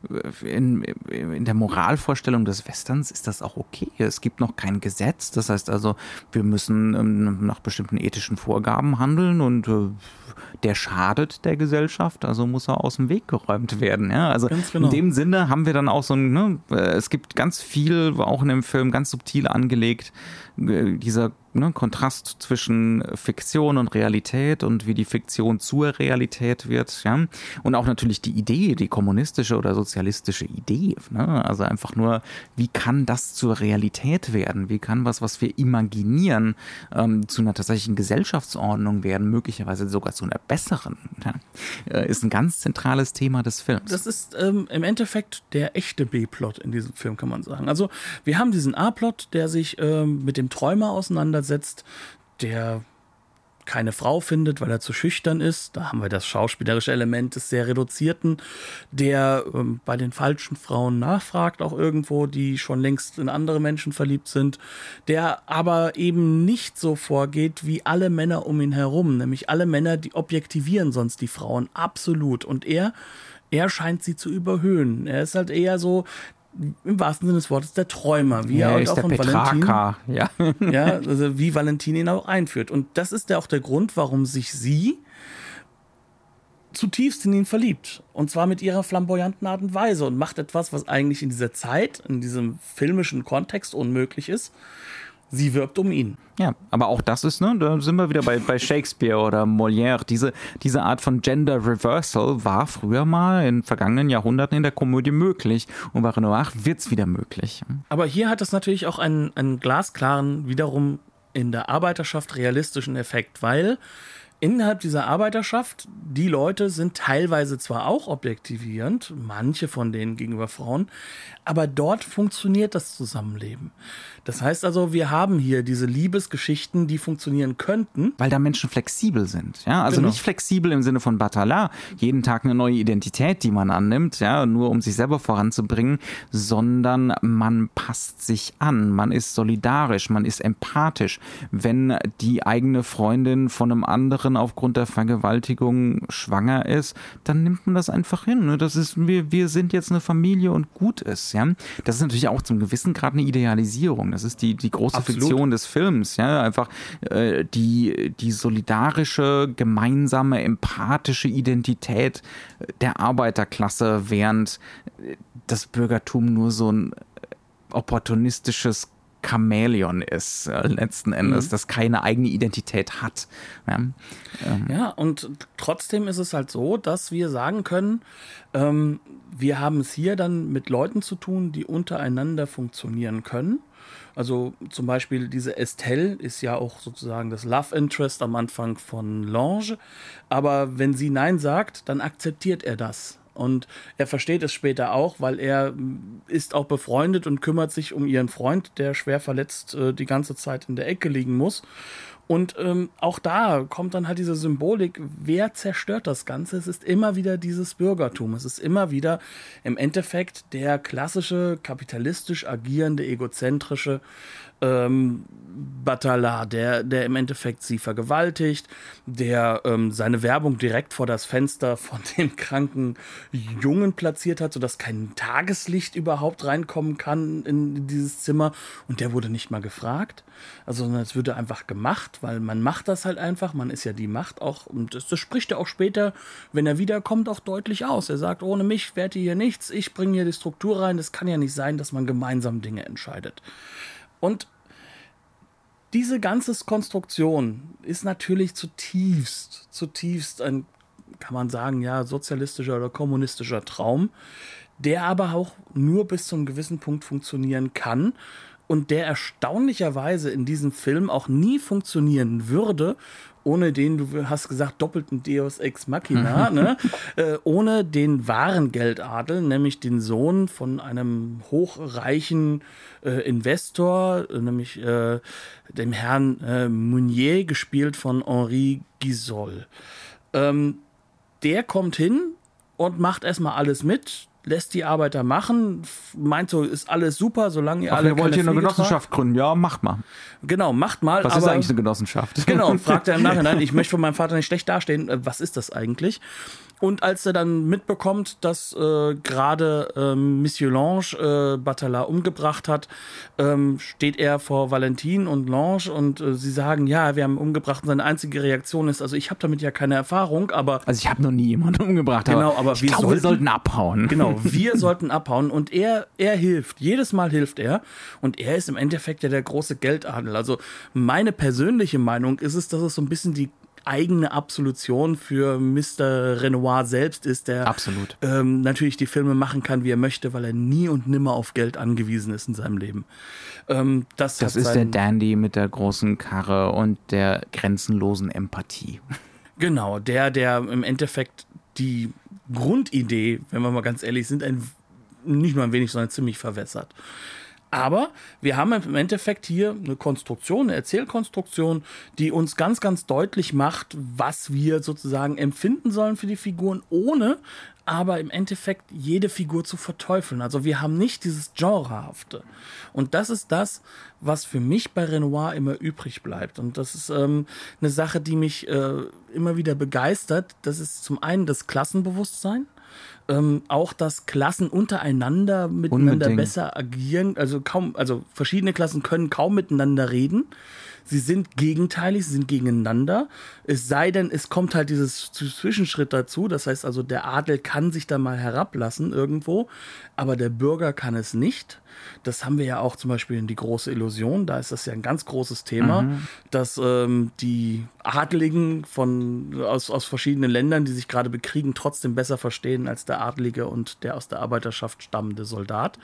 in, in der Moralvorstellung des Westerns ist das auch okay. Es gibt noch kein Gesetz. Das heißt also, wir müssen ähm, nach bestimmten ethischen Vorgaben handeln und äh, der schadet der Gesellschaft, also muss er aus dem Weg geräumt werden. Ja? Also genau. In dem Sinne haben wir dann auch so ein, ne, es gibt ganz viel, auch in dem Film ganz subtil angelegt, dieser ne, Kontrast zwischen Fiktion und Realität und wie die Fiktion zur Realität wird. Ja? Und auch natürlich die Idee, die kommunistische oder sozialistische Idee. Ne? Also einfach nur, wie kann das zur Realität werden? Wie kann was, was wir imaginieren, ähm, zu einer tatsächlichen Gesellschaftsordnung werden, möglicherweise sogar zu einer besseren? Ja? Ist ein ganz zentrales Thema des Films. Das ist ähm, im Endeffekt der echte B-Plot in diesem Film, kann man sagen. Also wir haben diesen A-Plot, der sich ähm, mit dem Träumer auseinandersetzt, der keine Frau findet, weil er zu schüchtern ist. Da haben wir das schauspielerische Element des sehr Reduzierten, der ähm, bei den falschen Frauen nachfragt, auch irgendwo, die schon längst in andere Menschen verliebt sind, der aber eben nicht so vorgeht wie alle Männer um ihn herum, nämlich alle Männer, die objektivieren sonst die Frauen absolut. Und er, er scheint sie zu überhöhen. Er ist halt eher so, im wahrsten Sinne des Wortes, der Träumer, wie ja, er ist auch der von Petrarca. Valentin, ja. ja, also wie Valentin ihn auch einführt. Und das ist ja auch der Grund, warum sich sie zutiefst in ihn verliebt. Und zwar mit ihrer flamboyanten Art und Weise und macht etwas, was eigentlich in dieser Zeit, in diesem filmischen Kontext unmöglich ist. Sie wirbt um ihn. Ja, aber auch das ist, ne, da sind wir wieder bei, bei Shakespeare oder Molière. Diese, diese Art von Gender Reversal war früher mal in vergangenen Jahrhunderten in der Komödie möglich. Und bei Renoir wird es wieder möglich. Aber hier hat es natürlich auch einen, einen glasklaren, wiederum in der Arbeiterschaft realistischen Effekt, weil innerhalb dieser Arbeiterschaft, die Leute sind teilweise zwar auch objektivierend, manche von denen gegenüber Frauen, aber dort funktioniert das Zusammenleben. Das heißt also, wir haben hier diese Liebesgeschichten, die funktionieren könnten. Weil da Menschen flexibel sind. Ja? Also genau. Nicht flexibel im Sinne von Bataillard, jeden Tag eine neue Identität, die man annimmt, ja, nur um sich selber voranzubringen, sondern man passt sich an, man ist solidarisch, man ist empathisch. Wenn die eigene Freundin von einem anderen aufgrund der Vergewaltigung schwanger ist, dann nimmt man das einfach hin. Ne? Das ist, wir, wir sind jetzt eine Familie und gut ist. Ja? Das ist natürlich auch zum gewissen Grad eine Idealisierung. Das ist die, die große Absolut. Fiktion des Films. Ja? Einfach äh, die, die solidarische, gemeinsame, empathische Identität der Arbeiterklasse, während das Bürgertum nur so ein opportunistisches Chamäleon ist, äh, letzten Endes, mhm. das keine eigene Identität hat. Ja, ähm. ja, und trotzdem ist es halt so, dass wir sagen können, ähm, wir haben es hier dann mit Leuten zu tun, die untereinander funktionieren können. Also zum Beispiel diese Estelle ist ja auch sozusagen das Love Interest am Anfang von Lange, aber wenn sie Nein sagt, dann akzeptiert er das. Und er versteht es später auch, weil er ist auch befreundet und kümmert sich um ihren Freund, der schwer verletzt äh, die ganze Zeit in der Ecke liegen muss. Und ähm, auch da kommt dann halt diese Symbolik, wer zerstört das Ganze? Es ist immer wieder dieses Bürgertum. Es ist immer wieder im Endeffekt der klassische, kapitalistisch agierende, egozentrische ähm, Bataillard, der, der im Endeffekt sie vergewaltigt, der ähm, seine Werbung direkt vor das Fenster von dem kranken Jungen platziert hat, sodass kein Tageslicht überhaupt reinkommen kann in dieses Zimmer. Und der wurde nicht mal gefragt. Also es würde einfach gemacht, weil man macht das halt einfach. Man ist ja die Macht auch. Und das, das spricht er auch später, wenn er wiederkommt, auch deutlich aus. Er sagt, ohne mich wärt ihr hier nichts. Ich bringe hier die Struktur rein. Das kann ja nicht sein, dass man gemeinsam Dinge entscheidet. Und diese ganze Konstruktion ist natürlich zutiefst, zutiefst ein, kann man sagen, ja, sozialistischer oder kommunistischer Traum, der aber auch nur bis zu einem gewissen Punkt funktionieren kann und der erstaunlicherweise in diesem Film auch nie funktionieren würde, ohne den, du hast gesagt, doppelten Deus Ex Machina, ne? äh, ohne den wahren Geldadel, nämlich den Sohn von einem hochreichen äh, Investor, äh, nämlich äh, dem Herrn äh, Meunier, gespielt von Henri Gisol. Ähm, der kommt hin und macht erstmal alles mit, lässt die Arbeiter machen, meint so, ist alles super, solange ihr Ach, alle ihr wollt hier eine Genossenschaft tragt. gründen? Ja, macht mal. Genau, macht mal. Was aber, ist eigentlich eine Genossenschaft? Genau, fragt er im Nachhinein, ich möchte von meinem Vater nicht schlecht dastehen, was ist das eigentlich? Und als er dann mitbekommt, dass äh, gerade äh, Monsieur Lange äh, Batalat umgebracht hat, ähm, steht er vor Valentine und Lange und äh, sie sagen, ja, wir haben ihn umgebracht und seine einzige Reaktion ist, also ich habe damit ja keine Erfahrung, aber... Also ich habe noch nie jemanden umgebracht, genau, aber, aber ich wir, glaube, sollten, wir sollten abhauen. Genau, wir sollten abhauen und er, er hilft, jedes Mal hilft er und er ist im Endeffekt ja der große Geldadel. Also meine persönliche Meinung ist es, dass es so ein bisschen die eigene Absolution für Mister Renoir selbst ist, der Absolut. Ähm, natürlich die Filme machen kann, wie er möchte, weil er nie und nimmer auf Geld angewiesen ist in seinem Leben. Ähm, das das ist der Dandy mit der großen Karre und der grenzenlosen Empathie. Genau, der, der im Endeffekt die Grundidee, wenn wir mal ganz ehrlich sind, ein, nicht nur ein wenig, sondern ziemlich verwässert. Aber wir haben im Endeffekt hier eine Konstruktion, eine Erzählkonstruktion, die uns ganz, ganz deutlich macht, was wir sozusagen empfinden sollen für die Figuren, ohne aber im Endeffekt jede Figur zu verteufeln. Also wir haben nicht dieses Genrehafte. Und das ist das, was für mich bei Renoir immer übrig bleibt. Und das ist ähm, eine Sache, die mich äh, immer wieder begeistert. Das ist zum einen das Klassenbewusstsein. Ähm, auch, dass Klassen untereinander miteinander Unbedingt. besser agieren, also kaum, also verschiedene Klassen können kaum miteinander reden. Sie sind gegenteilig, sie sind gegeneinander. Es sei denn, es kommt halt dieses Zwischenschritt dazu. Das heißt also, der Adel kann sich da mal herablassen irgendwo, aber der Bürger kann es nicht. Das haben wir ja auch zum Beispiel in Die große Illusion. Da ist das ja ein ganz großes Thema, mhm. dass ähm, die Adligen von, aus, aus verschiedenen Ländern, die sich gerade bekriegen, trotzdem besser verstehen als der Adlige und der aus der Arbeiterschaft stammende Soldat.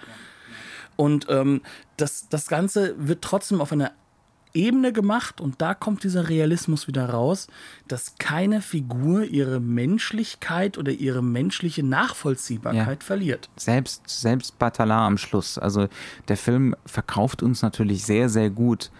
Und ähm, das, das Ganze wird trotzdem auf einer Ebene gemacht und da kommt dieser Realismus wieder raus, dass keine Figur ihre Menschlichkeit oder ihre menschliche Nachvollziehbarkeit ja. verliert. Selbst, selbst Batalat am Schluss. Also der Film verkauft uns natürlich sehr, sehr gut.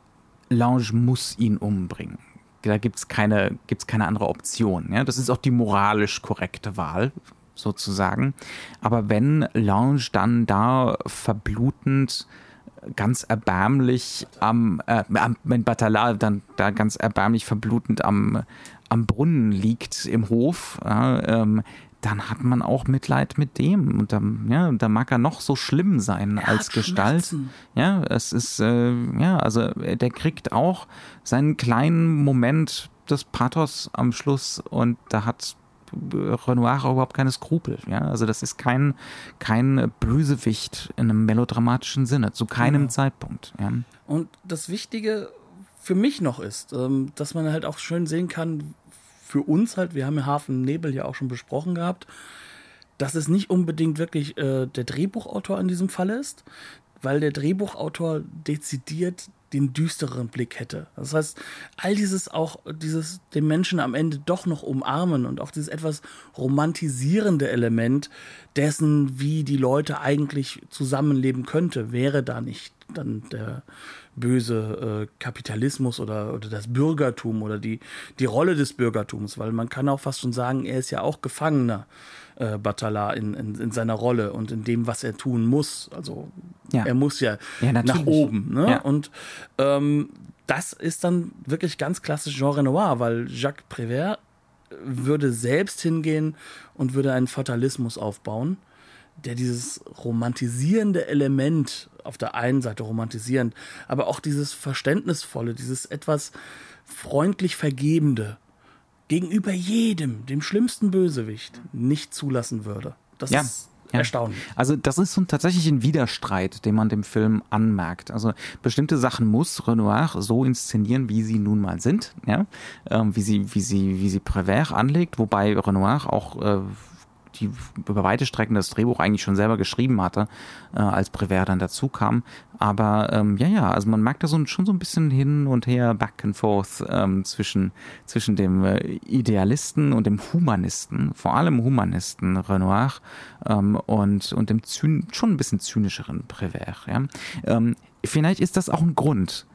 Lange muss ihn umbringen. Da gibt es keine, gibt's keine andere Option. Ja? Das ist auch die moralisch korrekte Wahl, sozusagen. Aber wenn Lange dann da verblutend ganz erbärmlich am, äh, wenn Batalat dann da ganz erbärmlich verblutend am, am Brunnen liegt im Hof, ja, ähm, dann hat man auch Mitleid mit dem. Und dann, ja, da mag er noch so schlimm sein er als Gestalt. Schmerzen. Ja, es ist, äh, ja, also der kriegt auch seinen kleinen Moment des Pathos am Schluss und da hat Renoir überhaupt keine Skrupel. Ja? Also das ist kein, kein Bösewicht in einem melodramatischen Sinne, zu keinem ja. Zeitpunkt. Ja. Und das Wichtige für mich noch ist, dass man halt auch schön sehen kann, für uns halt, wir haben ja Hafen Nebel ja auch schon besprochen gehabt, dass es nicht unbedingt wirklich äh, der Drehbuchautor in diesem Fall ist, weil der Drehbuchautor dezidiert den düstereren Blick hätte. Das heißt, all dieses auch, dieses den Menschen am Ende doch noch umarmen und auch dieses etwas romantisierende Element dessen, wie die Leute eigentlich zusammenleben könnte, wäre da nicht dann der böse äh, Kapitalismus oder, oder das Bürgertum oder die, die Rolle des Bürgertums, weil man kann auch fast schon sagen, er ist ja auch Gefangener, äh, Batalat, in, in, in seiner Rolle und in dem, was er tun muss. Also ja. er muss ja, ja nach oben. Ne? Ja. Und ähm, das ist dann wirklich ganz klassisch Jean Renoir, weil Jacques Prévert würde selbst hingehen und würde einen Fatalismus aufbauen, der dieses romantisierende Element auf der einen Seite romantisierend, aber auch dieses Verständnisvolle, dieses etwas freundlich Vergebende gegenüber jedem, dem schlimmsten Bösewicht, nicht zulassen würde. Das ja. ist Ja. erstaunlich. Also das ist so tatsächlich ein Widerstreit, den man dem Film anmerkt. Also bestimmte Sachen muss Renoir so inszenieren, wie sie nun mal sind, ja, ähm, wie sie, wie sie, wie sie Prévert anlegt, wobei Renoir auch äh, die über weite Strecken das Drehbuch eigentlich schon selber geschrieben hatte, äh, als Prévert dann dazu kam. Aber ähm, ja, ja, also man merkt da so, schon so ein bisschen hin und her, back and forth ähm, zwischen, zwischen dem äh, Idealisten und dem Humanisten, vor allem Humanisten Renoir ähm, und, und dem Zyn- schon ein bisschen zynischeren Prévert. Ja? Ähm, vielleicht ist das auch ein Grund,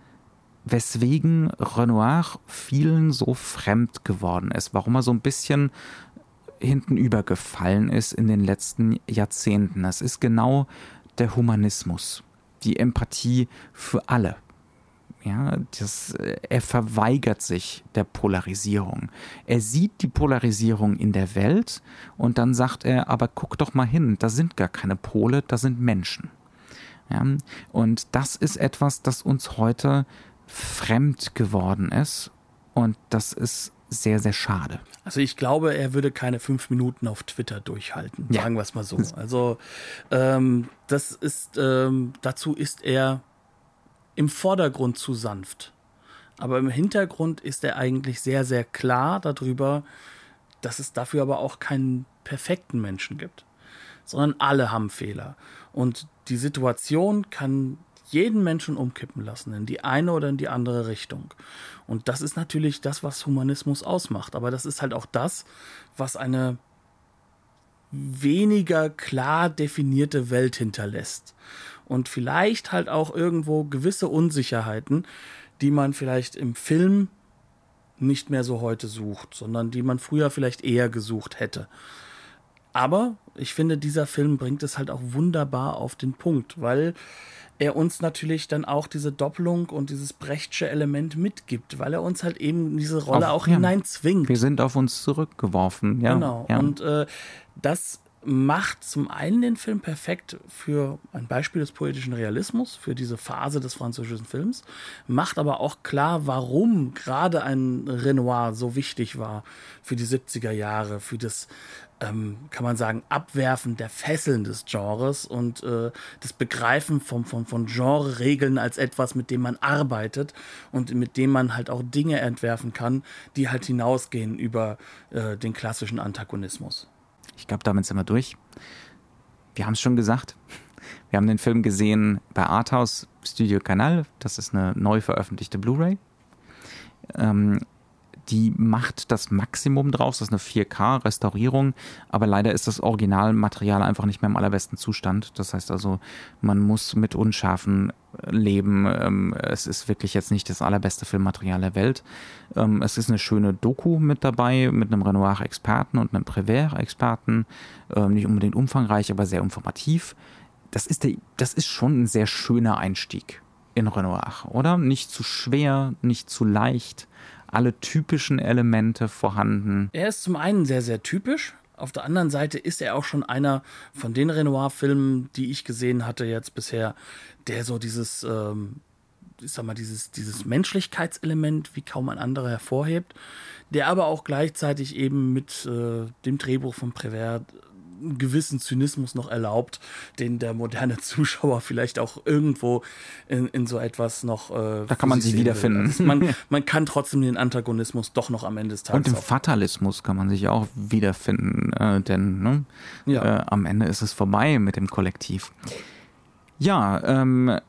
weswegen Renoir vielen so fremd geworden ist, warum er so ein bisschen hinten übergefallen ist in den letzten Jahrzehnten. Das ist genau der Humanismus, die Empathie für alle. Ja, das, er verweigert sich der Polarisierung. Er sieht die Polarisierung in der Welt und dann sagt er, aber guck doch mal hin, da sind gar keine Pole, da sind Menschen. Ja, und das ist etwas, das uns heute fremd geworden ist und das ist sehr, sehr schade. Also ich glaube, er würde keine fünf Minuten auf Twitter durchhalten, ja. Sagen wir es mal so. Also ähm, das ist, ähm, dazu ist er im Vordergrund zu sanft. Aber im Hintergrund ist er eigentlich sehr, sehr klar darüber, dass es dafür aber auch keinen perfekten Menschen gibt. Sondern alle haben Fehler. Und die Situation kann jeden Menschen umkippen lassen, in die eine oder in die andere Richtung. Und das ist natürlich das, was Humanismus ausmacht. Aber das ist halt auch das, was eine weniger klar definierte Welt hinterlässt. Und vielleicht halt auch irgendwo gewisse Unsicherheiten, die man vielleicht im Film nicht mehr so heute sucht, sondern die man früher vielleicht eher gesucht hätte. Aber ich finde, dieser Film bringt es halt auch wunderbar auf den Punkt, weil er uns natürlich dann auch diese Doppelung und dieses Brechtsche Element mitgibt, weil er uns halt eben in diese Rolle auch, auch ja. hineinzwingt. Wir sind auf uns zurückgeworfen. Ja, genau. Ja. Und äh, das macht zum einen den Film perfekt für ein Beispiel des poetischen Realismus, für diese Phase des französischen Films, macht aber auch klar, warum gerade ein Renoir so wichtig war für die siebziger Jahre, für das, ähm, kann man sagen, Abwerfen der Fesseln des Genres und äh, das Begreifen von, von, von Genre-Regeln als etwas, mit dem man arbeitet und mit dem man halt auch Dinge entwerfen kann, die halt hinausgehen über äh, den klassischen Antagonismus. Ich glaube, damit sind wir durch. Wir haben es schon gesagt. Wir haben den Film gesehen bei Arthouse Studio Canal. Das ist eine neu veröffentlichte Blu-ray. Ähm, die macht das Maximum draus. Das ist eine vier K-Restaurierung. Aber leider ist das Originalmaterial einfach nicht mehr im allerbesten Zustand. Das heißt also, man muss mit Unschärfen leben. Ähm, es ist wirklich jetzt nicht das allerbeste Filmmaterial der Welt. Ähm, es ist eine schöne Doku mit dabei, mit einem Renoir-Experten und einem Prévert-Experten. Ähm, nicht unbedingt umfangreich, aber sehr informativ. Das ist, der, das ist schon ein sehr schöner Einstieg in Renoir, oder? Nicht zu schwer, nicht zu leicht. Alle typischen Elemente vorhanden. Er ist zum einen sehr, sehr typisch. Auf der anderen Seite ist er auch schon einer von den Renoir-Filmen, die ich gesehen hatte jetzt bisher, der so dieses, ähm, ich sag mal, dieses, dieses Menschlichkeitselement wie kaum ein anderer hervorhebt, der aber auch gleichzeitig eben mit äh, dem Drehbuch von Prévert einen gewissen Zynismus noch erlaubt, den der moderne Zuschauer vielleicht auch irgendwo in, in so etwas noch äh, da kann man sich wiederfinden. Also man, man kann trotzdem den Antagonismus doch noch am Ende des Tages und im Fatalismus kann man sich auch wiederfinden, äh, denn ne, ja. äh, am Ende ist es vorbei mit dem Kollektiv. Ja, ähm,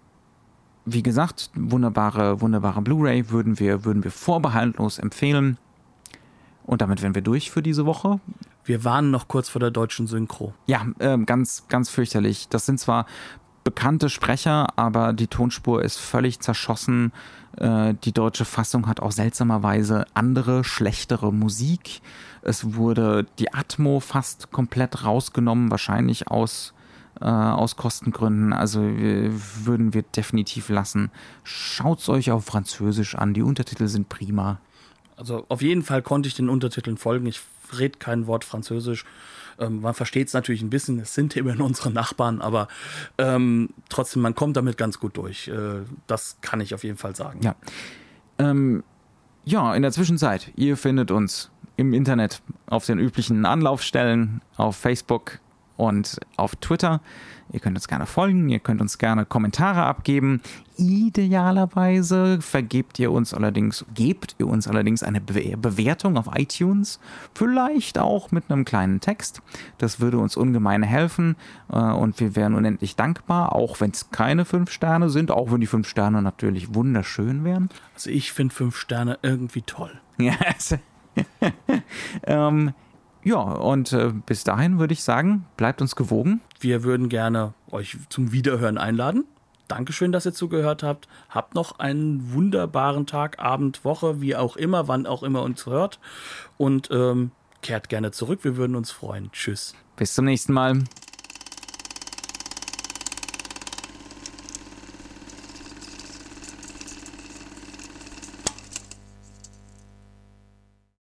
wie gesagt, wunderbare, wunderbare Blu-ray würden wir, würden wir vorbehaltlos empfehlen. Und damit wären wir durch für diese Woche. Wir waren noch kurz vor der deutschen Synchro. Ja, äh, ganz, ganz fürchterlich. Das sind zwar bekannte Sprecher, aber die Tonspur ist völlig zerschossen. Äh, die deutsche Fassung hat auch seltsamerweise andere, schlechtere Musik. Es wurde die Atmo fast komplett rausgenommen, wahrscheinlich aus, äh, aus Kostengründen. Also äh, würden wir definitiv lassen. Schaut's euch auf Französisch an. Die Untertitel sind prima. Also auf jeden Fall konnte ich den Untertiteln folgen. Ich rede kein Wort Französisch. Ähm, man versteht es natürlich ein bisschen. Es sind eben unsere Nachbarn, aber ähm, trotzdem, man kommt damit ganz gut durch. Äh, das kann ich auf jeden Fall sagen. Ja. Ähm, ja, in der Zwischenzeit, ihr findet uns im Internet auf den üblichen Anlaufstellen, auf Facebook und auf Twitter. Ihr könnt uns gerne folgen, ihr könnt uns gerne Kommentare abgeben. Idealerweise vergebt ihr uns allerdings, gebt ihr uns allerdings eine Be- Bewertung auf iTunes. Vielleicht auch mit einem kleinen Text. Das würde uns ungemein helfen äh, und wir wären unendlich dankbar, auch wenn es keine fünf Sterne sind, auch wenn die fünf Sterne natürlich wunderschön wären. Also ich finde fünf Sterne irgendwie toll. Ja, ähm, Ja, und äh, bis dahin würde ich sagen, bleibt uns gewogen. Wir würden gerne euch zum Wiederhören einladen. Dankeschön, dass ihr zugehört habt. Habt noch einen wunderbaren Tag, Abend, Woche, wie auch immer, wann auch immer uns hört. Und ähm, kehrt gerne zurück. Wir würden uns freuen. Tschüss. Bis zum nächsten Mal.